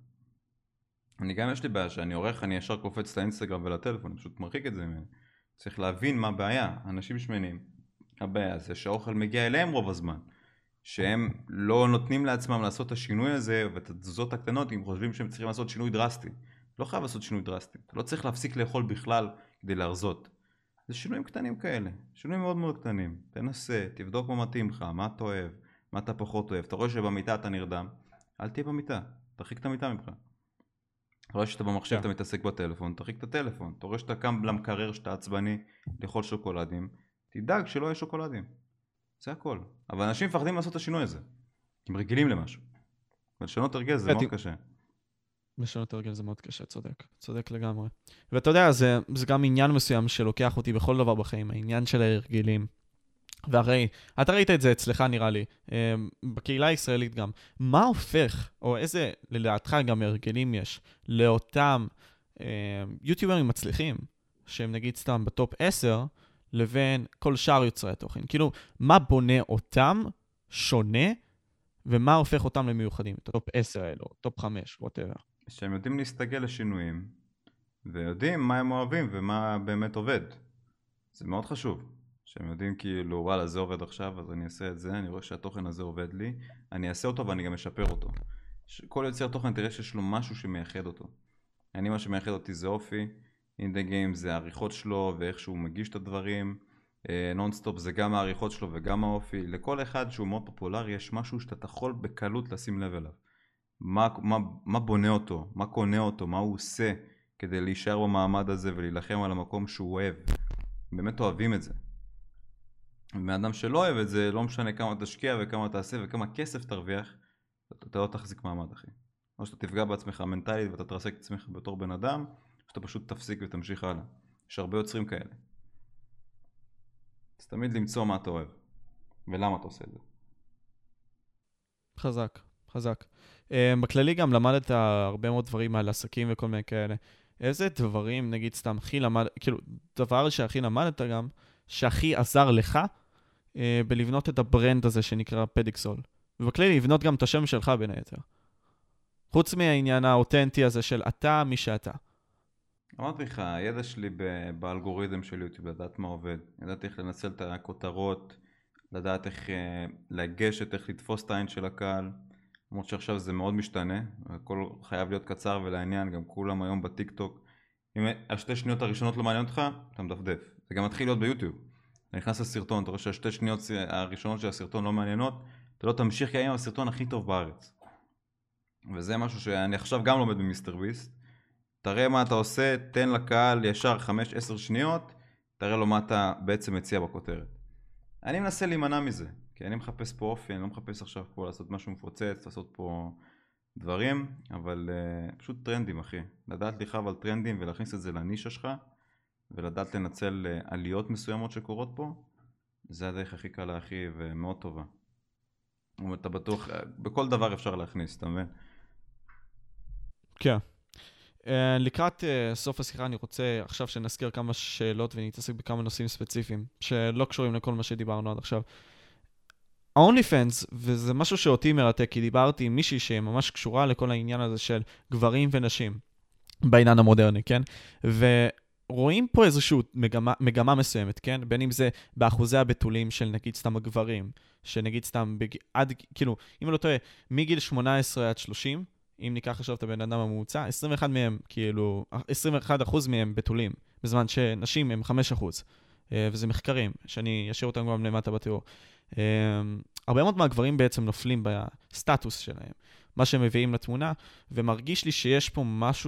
אני גם יש לי בעיה שאני עורך, אני ישר קופץ לאינסטגרם ולטלפון, אני פשוט מרחיק את זה ממני. צריך להבין מה הבעיה. אנשים שמנים, הבעיה זה שהאוכל מגיע אליהם רוב הזמן. שהם לא נותנים לעצמם לעשות את השינוי הזה ואת התזוזות הקטנות, אם חושבים שהם צריכים לעשות שינוי דרסטי. לא חייב לעשות שינוי דרסטי. אתה לא צריך להפסיק לאכול בכלל כדי להרזות. זה שינויים קטנים כאלה. שינויים מאוד מאוד קטנים. תנסה, תבדוק מה מתאים לך, מה אתה אוהב, מה אתה פחות אוהב. אתה רואה שבמיטה אתה נרדם, אל תהיה במיטה. תרחיק את המיטה ממך. אתה רואה שאתה במחשב, אתה מתעסק בטלפון, תרחיק את הטלפון. אתה רואה שאתה קם למקרר, שאתה עצבני, לאכול שוקולדים. תדאג שלא יהיה שוקולדים. זה הכל. אבל אנשים מפחדים לעשות את השינוי הזה. הם רגילים למשהו. ולשנות הרגל זה מאוד קשה. לשנות הרגל זה מאוד קשה, צודק. צודק לגמרי. ואתה יודע, זה, זה גם עניין מסוים שלוקח אותי בכל דבר בחיים, העניין של ההרגלים. והרי, אתה ראית את זה אצלך נראה לי, בקהילה הישראלית גם. מה הופך, או איזה, לדעתך גם הרגלים יש, לאותם יוטיוברים מצליחים, שהם נגיד סתם בטופ עשר, לבין כל שאר יוצרי התוכן. כאילו, מה בונה אותם שונה, ומה הופך אותם למיוחדים? טופ עשר האלו, טופ חמש, whatever. שהם יודעים להסתגל לשינויים, ויודעים מה הם אוהבים ומה באמת עובד. זה מאוד חשוב. שהם יודעים כאילו, וואלה, זה עובד עכשיו, אז אני אעשה את זה, אני רואה שהתוכן הזה עובד לי, אני אעשה אותו ואני גם אשפר אותו. כל יוצר תוכן תראה שיש לו משהו שמייחד אותו. אני, מה שמייחד אותי זה אופי, אין דה גיים זה העריכות שלו ואיך שהוא מגיש את הדברים, נונסטופ זה גם העריכות שלו וגם האופי. לכל אחד שהוא מאוד פופולרי יש משהו שאתה יכול בקלות לשים לב אליו. מה, מה, מה בונה אותו, מה קונה אותו, מה הוא עושה כדי להישאר במעמד הזה ולהילחם על המקום שהוא אוהב. באמת אוהבים את זה. ומאדם שלא אוהב את זה, לא משנה כמה תשקיע וכמה תעשה וכמה כסף תרוויח, אתה לא תחזיק מעמד, אחי. או שאתה תפגע בעצמך מנטלית ואתה תרסק את עצמך בתור בן אדם, או שאתה פשוט תפסיק ותמשיך הלאה. יש הרבה יוצרים כאלה. אז תמיד למצוא מה אתה אוהב, ולמה אתה עושה את זה. חזק, חזק. בכללי גם למדת הרבה מאוד דברים על עסקים וכל מיני כאלה. איזה דברים, נגיד סתם, הכי למד, כאילו, דבר שהכי למדת גם, שהכי עזר לך אה, בלבנות את הברנד הזה שנקרא פדיקסול. ובכללי לבנות גם את השם שלך בין היתר. חוץ מהעניין האותנטי הזה של אתה מי שאתה. אמרתי לך, הידע שלי באלגוריתם של יוטיוב, לדעת מה עובד. לדעת איך לנצל את הכותרות, לדעת איך לגשת, איך לתפוס את העין של הקהל. למרות שעכשיו זה מאוד משתנה, הכל חייב להיות קצר ולעניין, גם כולם היום בטיק טוק. אם השתי שניות הראשונות לא מעניין אותך, אתה מדפדף. זה גם מתחיל להיות ביוטיוב. אתה נכנס לסרטון, אתה רואה שהשתי שניות הראשונות של הסרטון לא מעניינות, אתה לא תמשיך כי היום הסרטון הכי טוב בארץ. וזה משהו שאני עכשיו גם לומד במיסטר ביסט. תראה מה אתה עושה, תן לקהל ישר חמש עשר שניות, תראה לו מה אתה בעצם מציע בכותרת. אני מנסה להימנע מזה, כי אני מחפש פה אופי, אני לא מחפש עכשיו פה לעשות משהו מפוצץ, לעשות פה דברים, אבל uh, פשוט טרנדים, אחי. לדעת לכתוב על טרנדים ולהכניס את זה לנישה שלך, ולדעת לנצל uh, עליות מסוימות שקורות פה, זה הדרך הכי קלה, אחי, ומאוד טובה. אתה בטוח, uh, בכל דבר אפשר להכניס, אתה מבין? כן. Uh, לקראת uh, סוף השיחה אני רוצה עכשיו שנזכיר כמה שאלות ונתעסק בכמה נושאים ספציפיים שלא קשורים לכל מה שדיברנו עד עכשיו. ה-OnlyFans, וזה משהו שאותי מרתק, כי דיברתי עם מישהי שממש קשורה לכל העניין הזה של גברים ונשים בעניין המודרני, כן? ורואים פה איזושהי מגמה, מגמה מסוימת, כן? בין אם זה באחוזי הבתולים של נגיד סתם הגברים, שנגיד סתם בג... עד, כאילו, אם אני לא טועה, מגיל שמונה עשרה עד שלושים, אם ניקח עכשיו את הבן אדם הממוצע, עשרים ואחד מהם, כאילו, עשרים ואחד אחוז מהם בתולים, בזמן שנשים הם חמישה אחוז. וזה מחקרים, שאני אשאיר אותם גם למטה בתיאור. הרבה מאוד מהגברים בעצם נופלים בסטטוס שלהם, מה שהם מביאים לתמונה, ומרגיש לי שיש פה משהו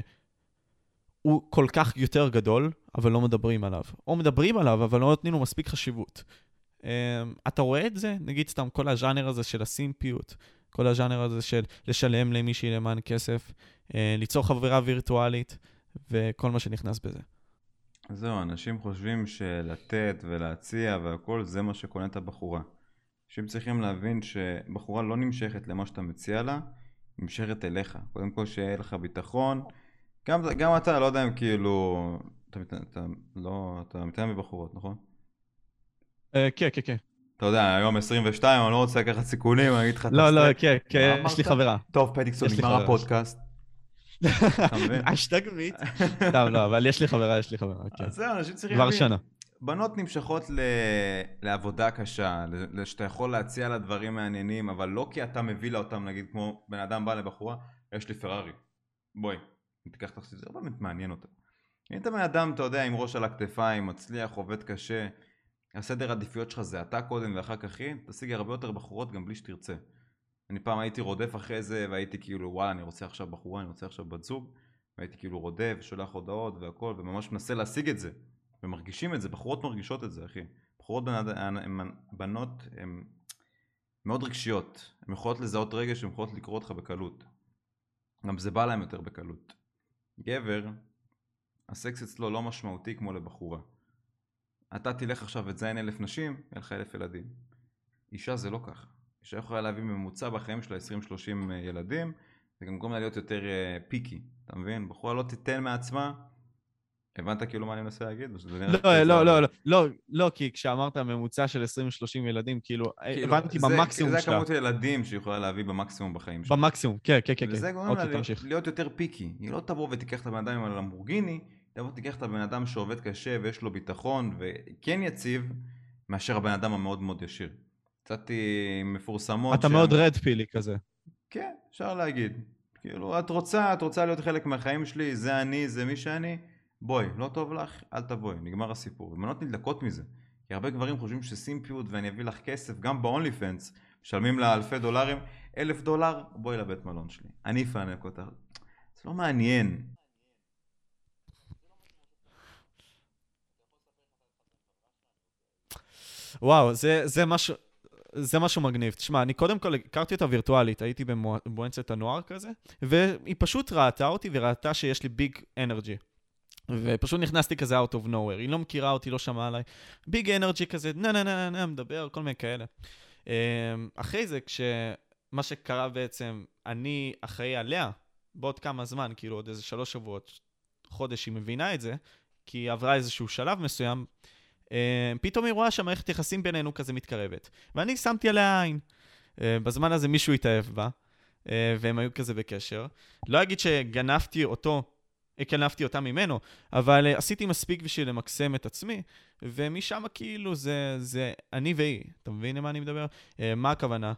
שהוא כל כך יותר גדול, אבל לא מדברים עליו. או מדברים עליו, אבל לא נותנים לו מספיק חשיבות. אתה רואה את זה? נגיד סתם כל הז'אנר הזה של הסימפיות, כל הז'אנר הזה של לשלם למישהי למען כסף, ליצור חברה וירטואלית, וכל מה שנכנס בזה. זהו, אנשים חושבים שלתת ולהציע והכל זה מה שקונה את הבחורה. אנשים צריכים להבין שבחורה לא נמשכת למה שאתה מציע לה, נמשכת אליך. קודם כל שיהיה לך ביטחון. גם, גם אתה, לא יודע אם כאילו... אתה, אתה, אתה, לא, אתה מתאם בבחורות, נכון? אה, כן, כן, כן. אתה יודע, היום עשרים ושתיים, אני לא רוצה לקחת סיכונים, אני אגיד לך את לא, לא, הסטרק. כן, מה כן, אמרת? יש לי חברה. טוב, פדיקסון, יש לי נגמר חברה. הפודקאסט. אתה מבין? אשטג מיט. סתם, לא, אבל יש לי חברה, יש לי חברה, כן. אז זהו, אנשים צריכים כבר להבין. שנה. בנות נמשכות ל... לעבודה קשה, ל- שאתה יכול להציע לה דברים מעניינים, אבל לא כי אתה מביא לה אותם, נגיד כמו בן אדם בא לבחורה, יש לי פרארי. בואי, אם תיקח תחסיד, זה לא באמת מעניין אותה. אם אתה בן אדם, אתה יודע, עם ראש על הכתפיים, מצליח, עובד קשה, הסדר עדיפויות שלך זה אתה קודם ואחר כך היא, תשיג הרבה יותר בחורות גם בלי שתרצה. אני פעם הייתי רודף אחרי זה, והייתי כאילו, וואלה, אני רוצה עכשיו בחורה, אני רוצה עכשיו בת זוג, והייתי כאילו רודף, שולח הודעות והכל, וממש מנסה להשיג את זה. ומרגישים את זה, בחורות מרגישות את זה, אחי. בחורות בנות הן מאוד רגשיות, הן יכולות לזהות רגש, הן יכולות לקרוא אותך בקלות. גם זה בא להם יותר בקלות. גבר, הסקס אצלו לא משמעותי כמו לבחורה. אתה תלך עכשיו ותזיין אלף נשים, יהיה לך אלף ילדים. אישה זה לא ככה. אישה יכולה להביא ממוצע בחיים שלה עשרים שלושים ילדים, וגם גורם לה להיות יותר פיקי, אתה מבין? בחורה לא תיתן מעצמה. הבנת כאילו מה אני מנסה להגיד? לא, לא, לא, לא, לא, לא, כי כשאמרת ממוצע של עשרים שלושים ילדים, כאילו, הבנתי במקסימום שלה. זה הכמות הילדים שיכולה להביא במקסימום בחיים שלה. במקסימום, כן, כן, כן. וזה גורם לה להיות יותר פיקי. היא לא תבוא ותיקח את הבן אדם עם הלמבורגיני, תבוא ותיקח את הבן אדם שעובד קשה ויש לו ביטחון וכן יציב, מאשר הבן אדם המאוד מאוד ישיר. קצת מפורסמות. אתה מאוד רד פילי כזה. כן, אפשר להגיד. כאילו, את רוצה, את רוצה להיות חלק מהחיים שלי, זה אני, זה מי שאני. בואי, לא טוב לך, אל תבואי, נגמר הסיפור. ומנות נדלקות מזה. כי הרבה גברים חושבים שסימפיות ואני אביא לך כסף, גם ב-אונלי פנס, משלמים לה אלפי דולרים, אלף דולר, בואי לבית מלון שלי. אני אפענק אותך. זה לא מעניין. וואו, זה, זה משהו, זה משהו מגניב. תשמע, אני קודם כל הכרתי אותה וירטואלית, הייתי במועצת הנוער כזה, והיא פשוט ראתה אותי וראתה שיש לי ביג אנרג'י. ופשוט נכנסתי כזה out of nowhere, היא לא מכירה אותי, לא שמעה עליי, ביג אנרג'י כזה, נה נה נה נה, מדבר, כל מיני כאלה. אחרי זה, כשמה שקרה בעצם, אני אחראי עליה, בעוד כמה זמן, כאילו עוד איזה שלוש שבועות, חודש היא מבינה את זה, כי היא עברה איזשהו שלב מסוים, פתאום היא רואה שהמערכת יחסים בינינו כזה מתקרבת. ואני שמתי עליה עין. בזמן הזה מישהו התאהב בה, והם היו כזה בקשר. לא אגיד שגנבתי אותו, גנבתי אותה ממנו, אבל עשיתי מספיק בשביל למקסם את עצמי, ומשם כאילו זה, זה אני והיא. אתה מבין למה אני מדבר? מה הכוונה?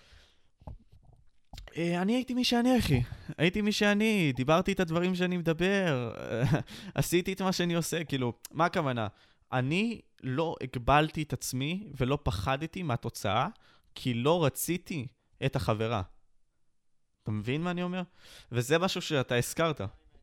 אני הייתי מי שאני, אחי. הייתי מי שאני, דיברתי את הדברים שאני מדבר, עשיתי את מה שאני עושה, כאילו, מה הכוונה? אני לא הגבלתי את עצמי ולא פחדתי מהתוצאה, כי לא רציתי את החברה. אתה מבין מה אני אומר? וזה משהו שאתה הזכרת.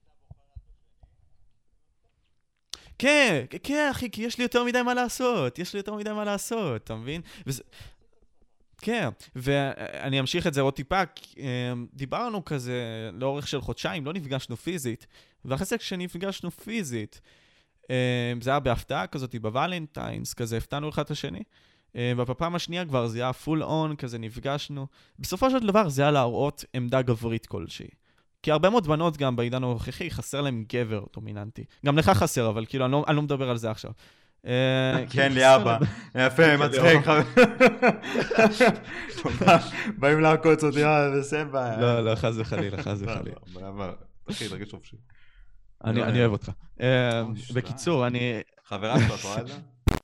כן, כן, אחי, כי יש לי יותר מדי מה לעשות. יש לי יותר מדי מה לעשות, אתה מבין? וזה... כן, ואני אמשיך את זה עוד טיפה, דיברנו כזה לאורך של חודשיים, לא נפגשנו פיזית, ואחרי זה כשנפגשנו פיזית, זה היה בהפתעה כזאת, בוולנטיינס, כזה הפתענו אחד את השני, ובפעם השנייה כבר זה היה פול און, כזה נפגשנו. בסופו של דבר זה היה להראות עמדה גברית כלשהי. כי הרבה מאוד בנות גם בעידן הנוכחי חסר להם גבר דומיננטי. גם לך חסר, אבל כאילו אני לא, אני לא מדבר על זה עכשיו. כן, לי אבא. יפה, מצחיק. באים לעקוץ אותי, בסבא. לא, לא, חס וחלילה, חס וחלילה. אחי, תרגיש חופשי. אני אוהב אותך. בקיצור, אני... חברה שלך, אתה רואה את זה?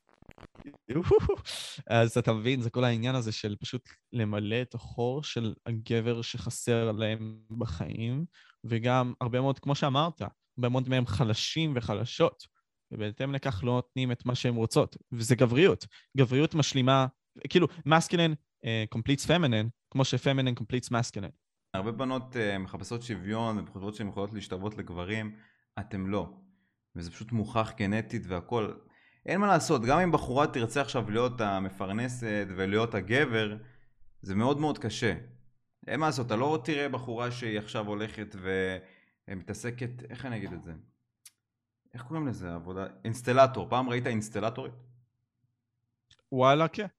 אז אתה מבין, זה כל העניין הזה של פשוט למלא את החור של הגבר שחסר להם בחיים, וגם הרבה מאוד, כמו שאמרת, הרבה מאוד מהם חלשים וחלשות, ובהתאם לכך לא נותנים את מה שהם רוצות, וזה גבריות. גבריות משלימה, כאילו, masculine uh, completes feminine, כמו ש-feminine completes masculine. הרבה בנות uh, מחפשות שוויון, וחושבות שהן יכולות להשתוות לגברים, אתם לא. וזה פשוט מוכח גנטית והכל. אין מה לעשות, גם אם בחורה תרצה עכשיו להיות המפרנסת ולהיות הגבר, זה מאוד מאוד קשה. אין מה לעשות, אתה לא תראה בחורה שהיא עכשיו הולכת ומתעסקת, איך אני אגיד את זה? איך קוראים לזה עבודה? אינסטלטור. פעם ראית אינסטלטורית? וואלה, כן.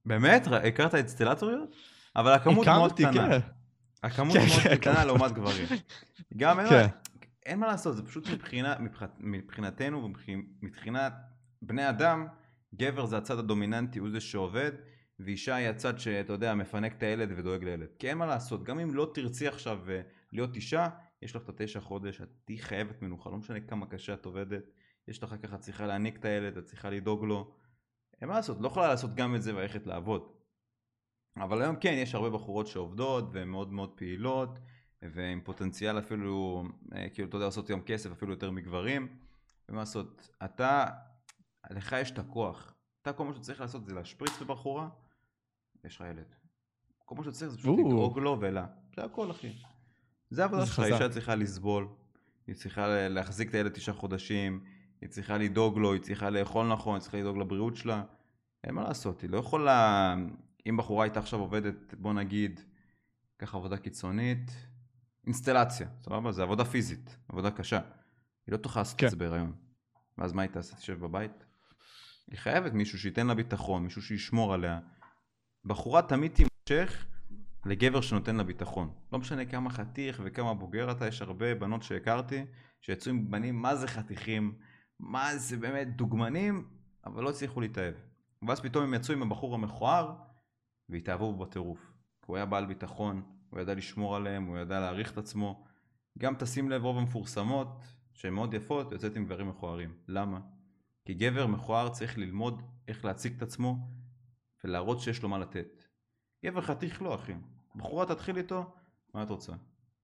באמת? הכרת אינסטלטוריות? אבל הכמות מאוד קטנה. הכמות מאוד קטנה לעומת גברים. גם אין מה לעשות, זה פשוט מבחינתנו ומבחינת בני אדם, גבר זה הצד הדומיננטי, הוא זה שעובד, ואישה היא הצד שאתה יודע, מפנק את הילד ודואג לילד. כי אין מה לעשות, גם אם לא תרצי עכשיו להיות אישה, יש לך את התשע חודש, את תהי חייבת מנוחה, לא משנה כמה קשה את עובדת, יש לך ככה, צריכה להעניק את הילד, את צריכה לדאוג לו. אין מה לעשות, לא יכולה לעשות גם את זה וללכת לעבוד. אבל היום כן, יש הרבה בחורות שעובדות, והן מאוד מאוד פעילות, ועם פוטנציאל אפילו, כאילו אתה יודע, לעשות יום כסף אפילו יותר מגברים. ומה לעשות, אתה, לך יש את הכוח. אתה כל מה שצריך לעשות זה להשפריץ בבחורה, יש לך ילד. כל מה שצריך זה פשוט לדאוג לו ולה. זה הכל, אחי. זה העבודה שלך, אישה צריכה לסבול, היא צריכה להחזיק את הילד תשעה חודשים, היא צריכה לדאוג לו, היא צריכה לאכול נכון, היא צריכה לדאוג לבריאות שלה. אין מה לעשות, היא לא יכולה, אם בחורה הייתה עכשיו עובדת, בוא נגיד, ככה עבודה קיצונית, אינסטלציה, סבבה? זה עבודה פיזית, עבודה קשה. היא לא תוכל לעשות את זה בהיריון. ואז מה היא תעשה? תשב בבית? היא חייבת מישהו שייתן לה ביטחון, מישהו שישמור עליה. בחורה תמיד תימשך לגבר שנותן לה ביטחון. לא משנה כמה חתיך וכמה בוגר אתה, יש הרבה בנות שהכרתי, שיצאו עם בנים, מה זה חתיכים, מה זה באמת דוגמנים, אבל לא הצליחו להתאהב. ואז פתאום הם יצאו עם הבחור המכוער, והתאהבו בו בטירוף. הוא היה בעל ביטחון, הוא ידע לשמור עליהם, הוא ידע להעריך את עצמו. גם תשים לב רוב המפורסמות, שהן מאוד יפות, יוצאת עם גברים מכוערים. למה? כי גבר מכוער צריך ללמוד איך להציג את עצמו, ולהראות שיש לו מה לתת. גבר חתיך לא, אחי. בחורה תתחיל איתו, מה את רוצה?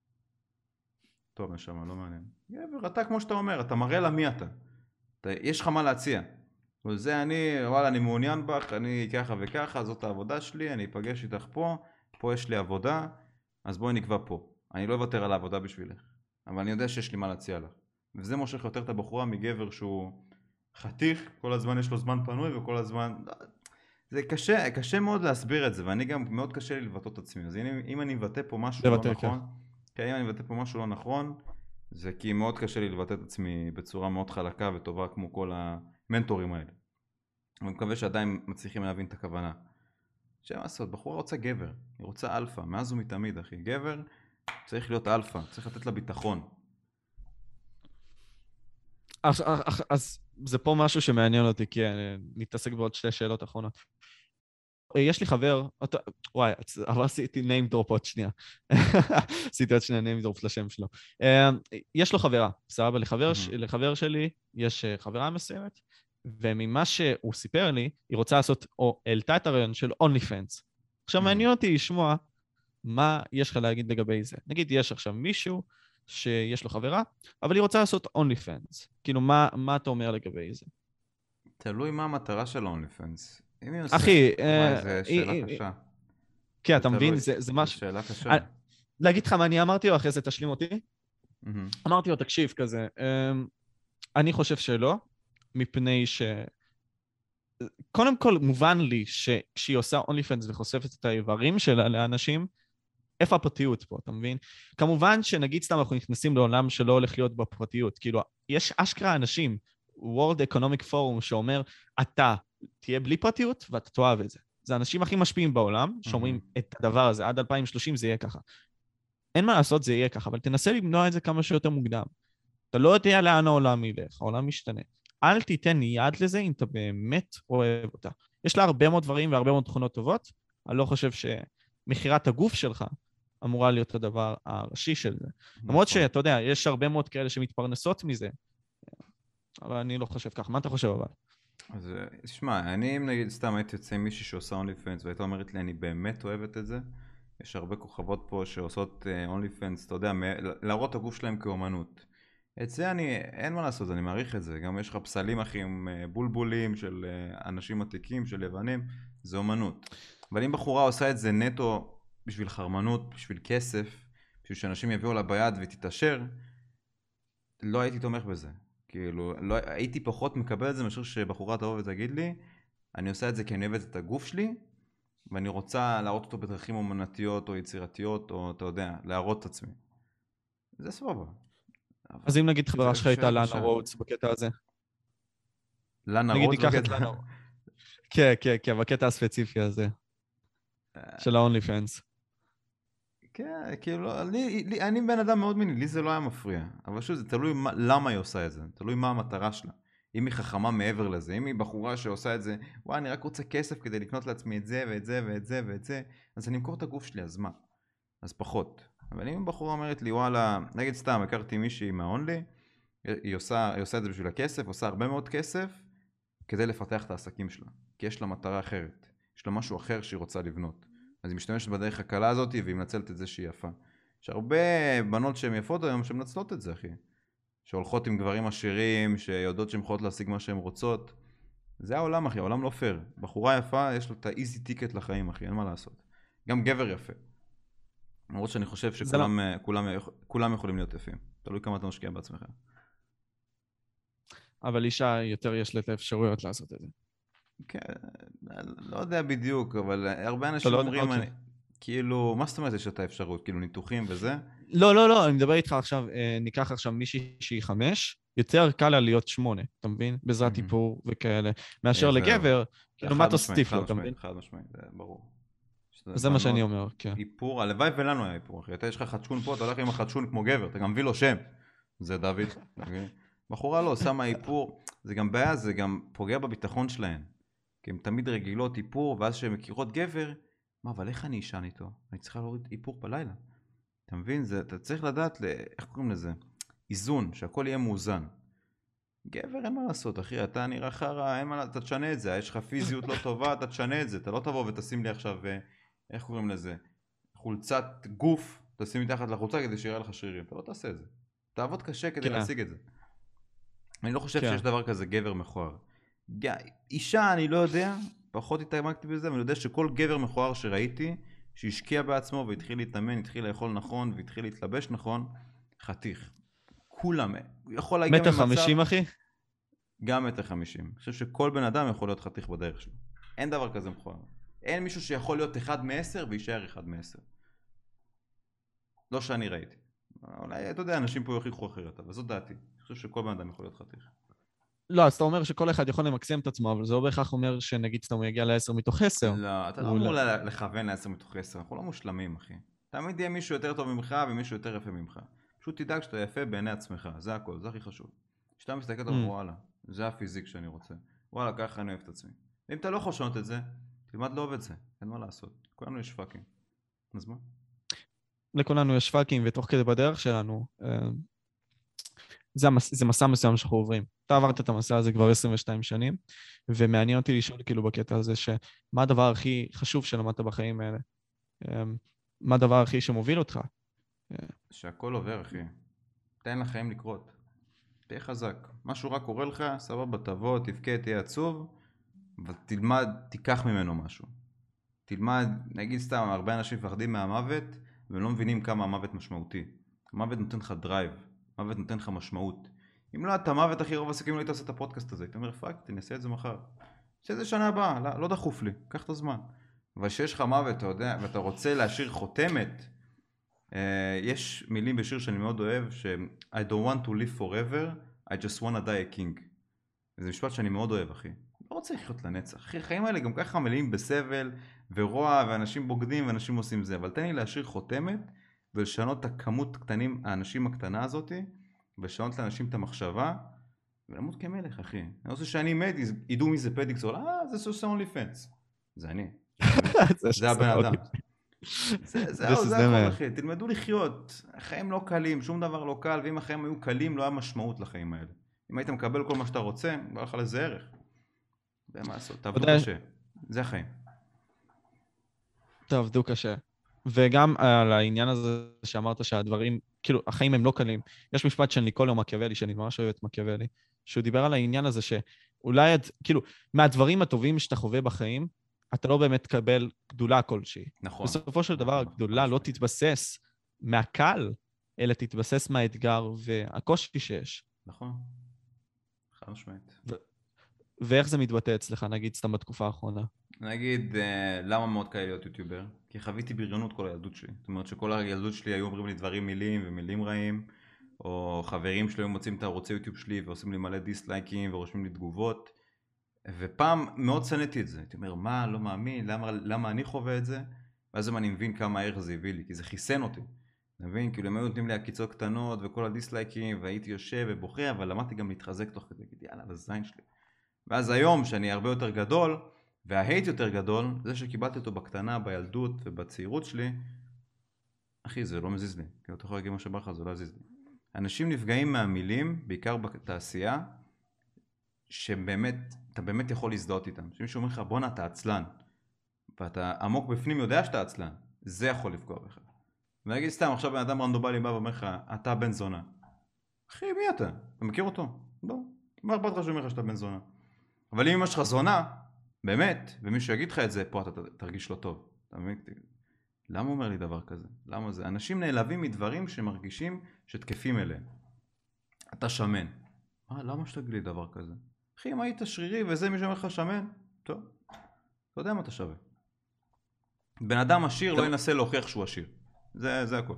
טוב, נשמה, לא מעניין. גבר, אתה כמו שאתה אומר, אתה מראה לה מי אתה. אתה יש לך מה להציע. וזה אני, וואלה, אני מעוניין בך, אני ככה וככה, זאת העבודה שלי, אני אפגש איתך פה, פה יש לי עבודה, אז בואי נקבע פה. אני לא אוותר על העבודה בשבילך, אבל אני יודע שיש לי מה להציע לך. וזה מושך יותר את הבחורה מגבר שהוא חתיך, כל הזמן יש לו זמן פנוי וכל הזמן... זה קשה, קשה מאוד להסביר את זה, ואני גם מאוד קשה לי לבטא את עצמי. אז אם, אם אני מבטא פה משהו לא נכון, כי אם אני מבטא פה משהו לא נכון, זה כי מאוד קשה לי לבטא את עצמי בצורה מאוד חלקה וטובה כמו כל המנטורים האלה. אני מקווה שעדיין מצליחים להבין את הכוונה. שאין לעשות, בחורה רוצה גבר, היא רוצה אלפא, מאז ומתמיד, אחי. גבר צריך להיות אלפא, צריך לתת לה ביטחון. אז, אז, אז זה פה משהו שמעניין אותי, כי נתעסק בעוד שתי שאלות אחרונות. יש לי חבר, אותו, וואי, אבל עשיתי name drop עוד שנייה. עשיתי עוד שנייה name drop לשם שלו. יש לו חברה, סבבה, לחבר, לחבר שלי יש חברה מסוימת, וממה שהוא סיפר לי, היא רוצה לעשות, או העלתה את הרעיון של OnlyFans. עכשיו מעניין אותי לשמוע מה יש לך להגיד לגבי זה. נגיד, יש עכשיו מישהו שיש לו חברה, אבל היא רוצה לעשות OnlyFans. כאילו, מה, מה אתה אומר לגבי זה? תלוי מה המטרה של OnlyFans. אחי, זה שאלה קשה. כן, אתה מבין? זה משהו... שאלה קשה. להגיד לך מה אני אמרתי לו, אחרי זה תשלים אותי. אמרתי לו, תקשיב כזה, אני חושב שלא, מפני ש... קודם כל מובן לי שכשהיא עושה OnlyFans וחושפת את האיברים שלה לאנשים, איפה הפרטיות פה, אתה מבין? כמובן שנגיד סתם אנחנו נכנסים לעולם שלא הולך להיות בפרטיות, כאילו יש אשכרה אנשים, World Economic Forum שאומר, אתה תהיה בלי פרטיות ואתה תאהב את זה. זה האנשים הכי משפיעים בעולם, שאומרים את הדבר הזה, עד אלפיים ושלושים זה יהיה ככה. אין מה לעשות, זה יהיה ככה, אבל תנסה למנוע את זה כמה שיותר מוקדם. אתה לא יודע לאן העולם ילך, העולם משתנה. אל תיתן יד לזה אם אתה באמת אוהב אותה. יש לה הרבה מאוד דברים והרבה מאוד תכונות טובות, אני לא חושב שמחירת הגוף שלך אמורה להיות הדבר הראשי של זה. למרות שאתה יודע, יש הרבה מאוד כאלה שמתפרנסות מזה, אבל אני לא חושב כך. מה אתה חושב אבל? אז תשמע, אני אם נגיד סתם הייתי יוצא עם מישהי שעושה OnlyFans והייתה אומרת לי אני באמת אוהבת את זה, יש הרבה כוכבות פה שעושות OnlyFans, אתה יודע, להראות את הגוף שלהם כאומנות. את זה אני, אין מה לעשות, אני מעריך את זה. גם יש לך פסלים אחי עם בולבולים של אנשים עתיקים, של לבנים, זה אומנות. אבל אם בחורה עושה את זה נטו בשביל חרמנות, בשביל כסף, בשביל שאנשים יביאו לה ביד ותתאשר, לא הייתי תומך בזה. כאילו, לא, הייתי פחות מקבל את זה מאשר שבחורה תבוא ותגיד לי, אני עושה את זה כי אני אוהבת את הגוף שלי, ואני רוצה להראות אותו בדרכים אומנותיות או יצירתיות, או אתה יודע, להראות את עצמי. זה סבבה. אז אם נגיד חברה שלך הייתה לאנה רודס בקטע הזה? לאנה רודס בקטע? כן, כן, כן, בקטע הספציפי הזה, של ה-only fans. כן, כאילו, לי, לי, אני בן אדם מאוד מיני, לי זה לא היה מפריע. אבל שוב, זה תלוי מה, למה היא עושה את זה, תלוי מה המטרה שלה. אם היא חכמה מעבר לזה, אם היא בחורה שעושה את זה, וואי, אני רק רוצה כסף כדי לקנות לעצמי את זה ואת זה ואת זה ואת זה, אז אני אמכור את הגוף שלי, אז מה? אז פחות. אבל אם בחורה אומרת לי, וואלה, נגיד סתם, הכרתי מישהי מהאונלי, היא עושה, היא עושה את זה בשביל הכסף, עושה הרבה מאוד כסף, כדי לפתח את העסקים שלה. כי יש לה מטרה אחרת. יש לה משהו אחר שהיא רוצה לבנות. אז היא משתמשת בדרך הקלה הזאת, והיא מנצלת את זה שהיא יפה. יש הרבה בנות שהן יפות היום, שמנצלות את זה, אחי. שהולכות עם גברים עשירים, שיודעות שהן יכולות להשיג מה שהן רוצות. זה העולם, אחי, העולם לא פייר. בחורה יפה, יש לו את האיזי טיקט לחיים, אחי, אין מה לעשות. גם גבר יפה. למרות שאני חושב שכולם לא... כולם, כולם יכולים להיות יפים. תלוי כמה אתה משקיע בעצמך. אבל אישה יותר יש לה את האפשרויות לעשות את זה. כן, לא יודע בדיוק, אבל הרבה אנשים לא, אומרים, אוקיי. אני, כאילו, מה זאת אומרת יש את האפשרות? כאילו ניתוחים וזה? לא, לא, לא, אני מדבר איתך עכשיו, אה, ניקח עכשיו מישהי שהיא חמש, יותר קל לה להיות שמונה, אתה מבין? בעזרת Mhm. איפור וכאלה, מאשר אה, זה- לגבר, כאילו מה חד משמעית, תוסיף חד לו, אתה משמעית, מבין? חד משמעית, זה ברור. זה מה שאני אומר, כן. איפור, הלוואי ולנו היה איפור, אחי. אתה יש לך חדשון פה, אתה הולך עם החדשון כמו גבר, אתה גם מביא לו שם. זה דוד. אוקיי? בחורה לא, שמה איפור, זה גם בעיה, זה גם פוגע בביטחון שלהן. כי הן תמיד רגילות איפור, ואז שהן מכירות גבר, מה, אבל איך אני אשן איתו? אני צריכה להוריד איפור בלילה. אתה מבין? זה, אתה צריך לדעת, ל... איך קוראים לזה? איזון, שהכל יהיה מאוזן. גבר אין מה לעשות, אחי, אתה נראה חרא, אין מה לעשות, אתה תשנה את זה, יש לך פיזיות לא טובה, אתה תשנה את זה, אתה לא תבוא ותשים לי עכשיו, איך קוראים לזה? חולצת גוף, תשים מתחת לחולצה כדי שיראה לך שרירים, אתה לא תעשה את זה. תעבוד קשה כדי כן. להשיג את זה. אני לא חושב כן. שיש דבר כזה גבר מכוער. אישה אני לא יודע, פחות התעמקתי בזה, אבל אני יודע שכל גבר מכוער שראיתי, שהשקיע בעצמו והתחיל להתאמן, התחיל לאכול נכון והתחיל להתלבש נכון, חתיך. כולם, הוא יכול להגיע מטר ממצב... חמישים, אחי? גם מטר חמישים. אני חושב שכל בן אדם יכול להיות חתיך בדרך שלו. אין דבר כזה מכוער. אין מישהו שיכול להיות אחד מעשר ויישאר אחד מעשר. לא שאני ראיתי. אולי, אתה יודע, אנשים פה יוכיחו אחרת, אבל זאת דעתי. אני חושב שכל בן אדם יכול להיות חתיך. לא, אז אתה אומר שכל אחד יכול למקסם את עצמו, אבל זה לא בהכרח אומר שנגיד סתם הוא יגיע ל-עשר מתוך עשר. לא, אתה לא אמור לכוון ל-עשר מתוך עשר, אנחנו לא מושלמים, אחי. תמיד יהיה מישהו יותר טוב ממך ומישהו יותר יפה ממך. פשוט תדאג שאתה יפה בעיני עצמך, זה הכל, זה הכי חשוב. כשאתה מסתכל על וואלה, זה הפיזיק שאני רוצה. וואלה, ככה אני אוהב את עצמי. ואם אתה לא יכול לשנות את זה, תלמד לאהוב את זה, אין מה לעשות. כולנו יש פאקים. אז מה? לכולנו יש פאקים, ותוך כדי בדרך שלנו, זה, המס, זה מסע מסוים שאנחנו עוברים. אתה עברת את המסע הזה כבר עשרים ושתיים שנים, ומעניין אותי לשאול כאילו בקטע הזה, שמה הדבר הכי חשוב שלמדת בחיים האלה? מה הדבר הכי שמוביל אותך? שהכל עובר, אחי. תן לחיים לקרות. תהיה חזק. משהו רק קורה לך, סבבה, תבוא, תבכה, תהיה עצוב, ותלמד, תיקח ממנו משהו. תלמד, נגיד סתם, הרבה אנשים מפחדים מהמוות, והם לא מבינים כמה המוות משמעותי. המוות נותן לך דרייב, המוות נותן לך משמעות. אם לא אתה מוות, הכי רוב הסיכויים לא היית עושה את הפודקאסט הזה. אתה אומר, פאק, תנסה את זה מחר. שזה שנה הבאה, לא, לא דחוף לי, קח את הזמן. אבל שיש לך מוות, אתה יודע, ואתה רוצה להשאיר חותמת, אה, יש מילים בשיר שאני מאוד אוהב, ש- I don't want to live forever, I just want to die a king. זה משפט שאני מאוד אוהב, אחי. לא רוצה לחיות לנצח. אחי, החיים האלה גם ככה מלאים בסבל ורוע, ואנשים בוגדים ואנשים עושים זה. אבל תן לי להשאיר חותמת ולשנות את הכמות קטנים, האנשים הקטנה הזאת, ולשנות לאנשים את המחשבה, ולמות כמלך, אחי. אני רוצה שאני מת, ידעו מי זה פדיקסול, אה, זה סוס אונלי פנס. זה אני. זה הבן אדם. זהו, זה הכל, אחי. תלמדו לחיות. החיים לא קלים, שום דבר לא קל, ואם החיים היו קלים, לא היה משמעות לחיים האלה. אם היית מקבל כל מה שאתה רוצה, בא לך לזה ערך. זה מה לעשות, תעבדו קשה. זה החיים. תעבדו קשה. וגם על העניין הזה שאמרת שהדברים, כאילו, החיים הם לא קלים. יש משפט של ניקולו מקיאוולי, שאני ממש אוהב את מקיאוולי, שהוא דיבר על העניין הזה שאולי, כאילו, מהדברים הטובים שאתה חווה בחיים, אתה לא באמת תקבל גדולה כלשהי. נכון. בסופו של דבר, הגדולה לא תתבסס מהקל, אלא תתבסס מהאתגר והקושי שיש. נכון. חד משמעית. ואיך זה מתבטא אצלך, נגיד, סתם בתקופה האחרונה? נגיד, למה מאוד קל להיות יוטיובר? כי חוויתי בריונות כל הילדות שלי. זאת אומרת שכל הילדות שלי היו אומרים לי דברים מילים ומילים רעים, או חברים שלי היו מוצאים את הערוצי יוטיוב שלי ועושים לי מלא דיסלייקים ורושמים לי תגובות. ופעם מאוד שנאתי את זה, הייתי אומר, מה, לא מאמין, למה, למה אני חווה את זה? ואז אני מבין כמה ערך זה הביא לי, כי זה חיסן אותי. אתה מבין? כאילו הם היו נותנים לי הקיצות קטנות וכל הדיסלייקים, והייתי יושב ובוחר, אבל למדתי גם להתחזק תוך כדי, כי יאללה, בזין שלי. ואז היום, שאני הרבה יותר גדול, וההייט יותר גדול, זה שקיבלתי אותו בקטנה, בילדות ובצעירות שלי, אחי, זה לא מזיז לי. כי אתה יכול להגיד מה שבא לך, זה לא מזיז לי. אנשים נפגעים מהמילים, בעיקר בתעשייה, שבאמת, אתה באמת יכול להזדהות איתם. שמישהו אומר לך, בוא אתה עצלן, ואתה עמוק בפנים יודע שאתה עצלן, זה יכול לפגוע בך. ונגיד סתם, עכשיו בן אדם רנדומלי בא ואומר לך, אתה בן זונה. אחי, מי אתה? אתה מכיר אותו? לא. מה אכפת לך שאומר לך שאתה בן זונה? אבל אם אמא שלך זונה, באמת, ומישהו יגיד לך את זה, פה אתה תרגיש לא טוב. אתה מבין? למה אומר לי דבר כזה? למה זה? אנשים נעלבים מדברים שמרגישים שתקפים אליהם. אתה שמן. מה, למה שתגיד לי דבר כזה? אחי, אם היית שרירי וזה מישהו אומר לך שמן, טוב. אתה יודע מה אתה שווה. בן אדם עשיר לא ינסה להוכיח שהוא עשיר. זה, זה הכל.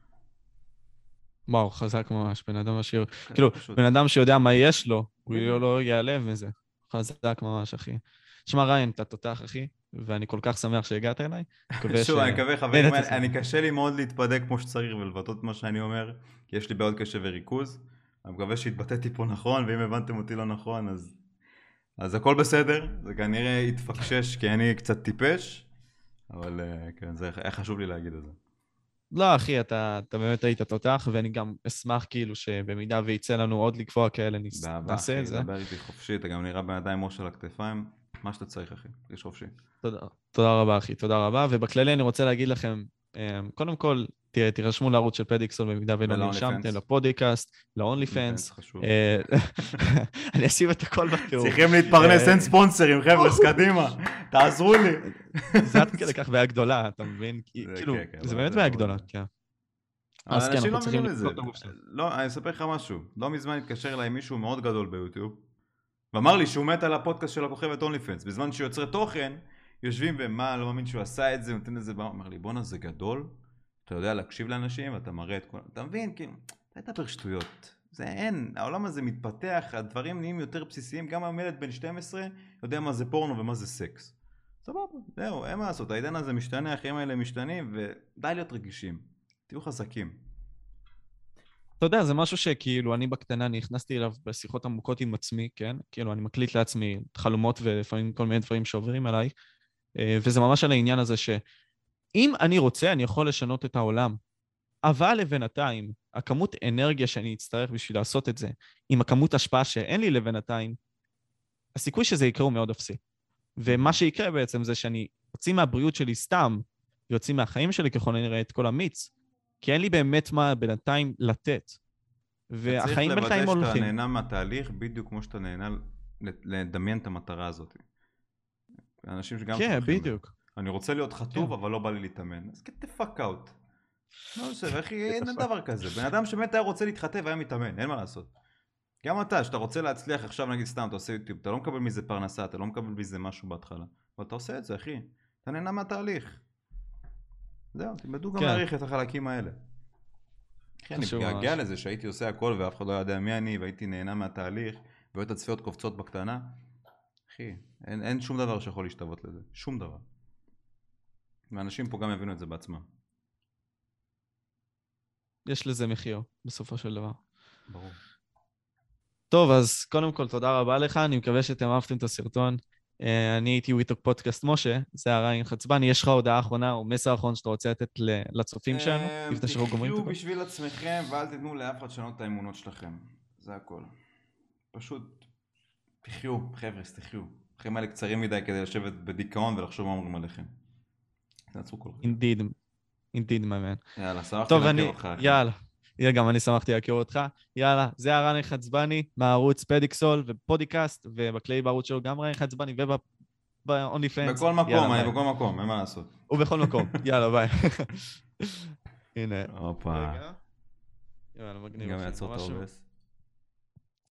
וואו, חזק ממש, בן אדם עשיר. כאילו, בן אדם שיודע מה יש לו, הוא לא יעלב מזה. חזק ממש, אחי. שמע, ריין, אתה תותח, אחי, ואני כל כך שמח שהגעת אליי. שוב, אני מקווה, חברים, אני קשה לי מאוד להתפדק כמו שצריך ולבטאות מה שאני אומר, כי יש לי בעיות קשב וריכוז. אני מקווה שהתבטאתי פה נכון, ואם הבנתם אותי לא נכון, אז, אז הכל בסדר. זה כנראה יתפקשש, כי אני קצת טיפש, אבל כן, זה היה חשוב לי להגיד את זה. לא, אחי, אתה, אתה באמת היית תותח, ואני גם אשמח כאילו שבמידה ויצא לנו עוד לקבוע כאלה, נעשה את זה. דבר איתי חופשי, אתה גם נראה בן אדם ראש על הכתפיים, מה שאתה צריך, אחי, יש חופשי. תודה, תודה רבה, אחי, תודה רבה, ובכללי אני רוצה להגיד לכם, קודם כל, תראה, תירשמו לערוץ של פדיקסול במידה ולא נרשמתם, לפודיקאסט, לאונלי פנס. אני אשים את הכל בתיאור. צריכים להתפרנס, אין ספונסרים, חבר'ה, קדימה, תעזרו לי. זה עד כדי כך בעיה גדולה, אתה מבין? כאילו, זה באמת בעיה גדולה, כן. אז כן, אנחנו צריכים לזה. לא, אני אספר לך משהו. לא מזמן התקשר אליי מישהו מאוד גדול ביוטיוב, ואמר לי שהוא מת על הפודקאסט של הכוכבת אונלי פנס. בזמן שיוצרי תוכן, יושבים ומה, לא מאמין שהוא עשה את זה, נותן לזה, אמר לי, בונה, זה גדול. אתה יודע להקשיב לאנשים, ואתה מראה את כל... אתה מבין, כאילו, אתה הייתה פרשטויות. זה אין, העולם הזה מתפתח, הדברים נהיים יותר בסיסיים, גם המלד בן שתים עשרה יודע מה זה פורנו ומה זה סקס. סבבה, זהו, אין מה לעשות, העידן הזה משתנה, החיים האלה משתנים, ודי להיות רגישים. תהיו חזקים. אתה יודע, זה משהו שכאילו אני בקטנה נכנסתי אליו בשיחות עמוקות עם עצמי, כן? כאילו אני מקליט לעצמי חלומות ולפעמים כל מיני דברים שעוברים עליי, וזה ממש על העניין הזה שאם אני רוצה, אני יכול לשנות את העולם. אבל לבינתיים, הכמות אנרגיה שאני אצטרך בשביל לעשות את זה, עם הכמות השפעה שאין לי לבינתיים, הסיכוי שזה יקרה הוא מאוד אפסי. ומה שיקרה בעצם זה שאני יוצאים מהבריאות שלי סתם, יוצאים מהחיים שלי ככל הנראה את כל המיץ, כי אין לי באמת מה בינתיים לתת. והחיים בינתיים הולכים. צריך לוודא שאתה נהנה מהתהליך, בדיוק כמו שאתה נהנה לדמיין את המטרה הזאת. אנשים שגם... כן, בדיוק. אני רוצה להיות חטוב, אבל לא בא לי להתאמן. אז get the fuck out. לא חושב, אחי, אין דבר כזה. בן אדם שבאמת היה רוצה להתחתב, היה מתאמן, אין מה לעשות. גם אתה, שאתה רוצה להצליח עכשיו, נגיד סתם, אתה עושה יוטיוב, אתה לא מקבל מזה פרנסה, אתה לא מקבל מזה משהו בהתחלה. אבל אתה עושה את זה, אחי. אתה נהנה מהתהליך. זהו, תלמדו גם להעריך את החלקים האלה. אחי, אני מתגעגע לזה שהייתי עושה הכל ואף אחד לא יודע מי אני, והייתי נהנה מהתהליך, והיו את הצפיות קופצות בקטנה. אחי, אין, אין שום דבר שיכול להשתוות לזה. שום דבר. ואנשים פה גם יבינו את זה בעצמם. יש לזה מחיר, בסופו של דבר. ברור. טוב, אז קודם כל, תודה רבה לך. אני מקווה שאתם אהבתם את הסרטון. אני הייתי וויטוק פודקאסט משה, זה הריין חצבני. יש לך הודעה אחרונה או מסר אחרון שאתה רוצה לתת לצופים שלנו? תחיו בשביל עצמכם ואל תתנו לאף אחד לשנות את האמונות שלכם. זה הכל. פשוט תחיו, חבר'ה, תחיו. החיים האלה קצרים מדי כדי לשבת בדיכאון ולחשוב מה אומרים עליכם. תעצרו כל כך. Indeed, indeed, my man. יאללה, שמחתי להכיר אותך. יאללה. גם אני שמחתי להכיר אותך. יאללה, זה הריין חצבני מהערוץ פדיקסול ופודיקאסט, ובכלי בערוץ שלו גם ריין חצבני ובאונלי פנס. בכל מקום, אני בכל מקום, אין מה לעשות. ובכל מקום, יאללה, ביי. הנה. הופה. יאללה, מגניב. גם יעצור את העובס.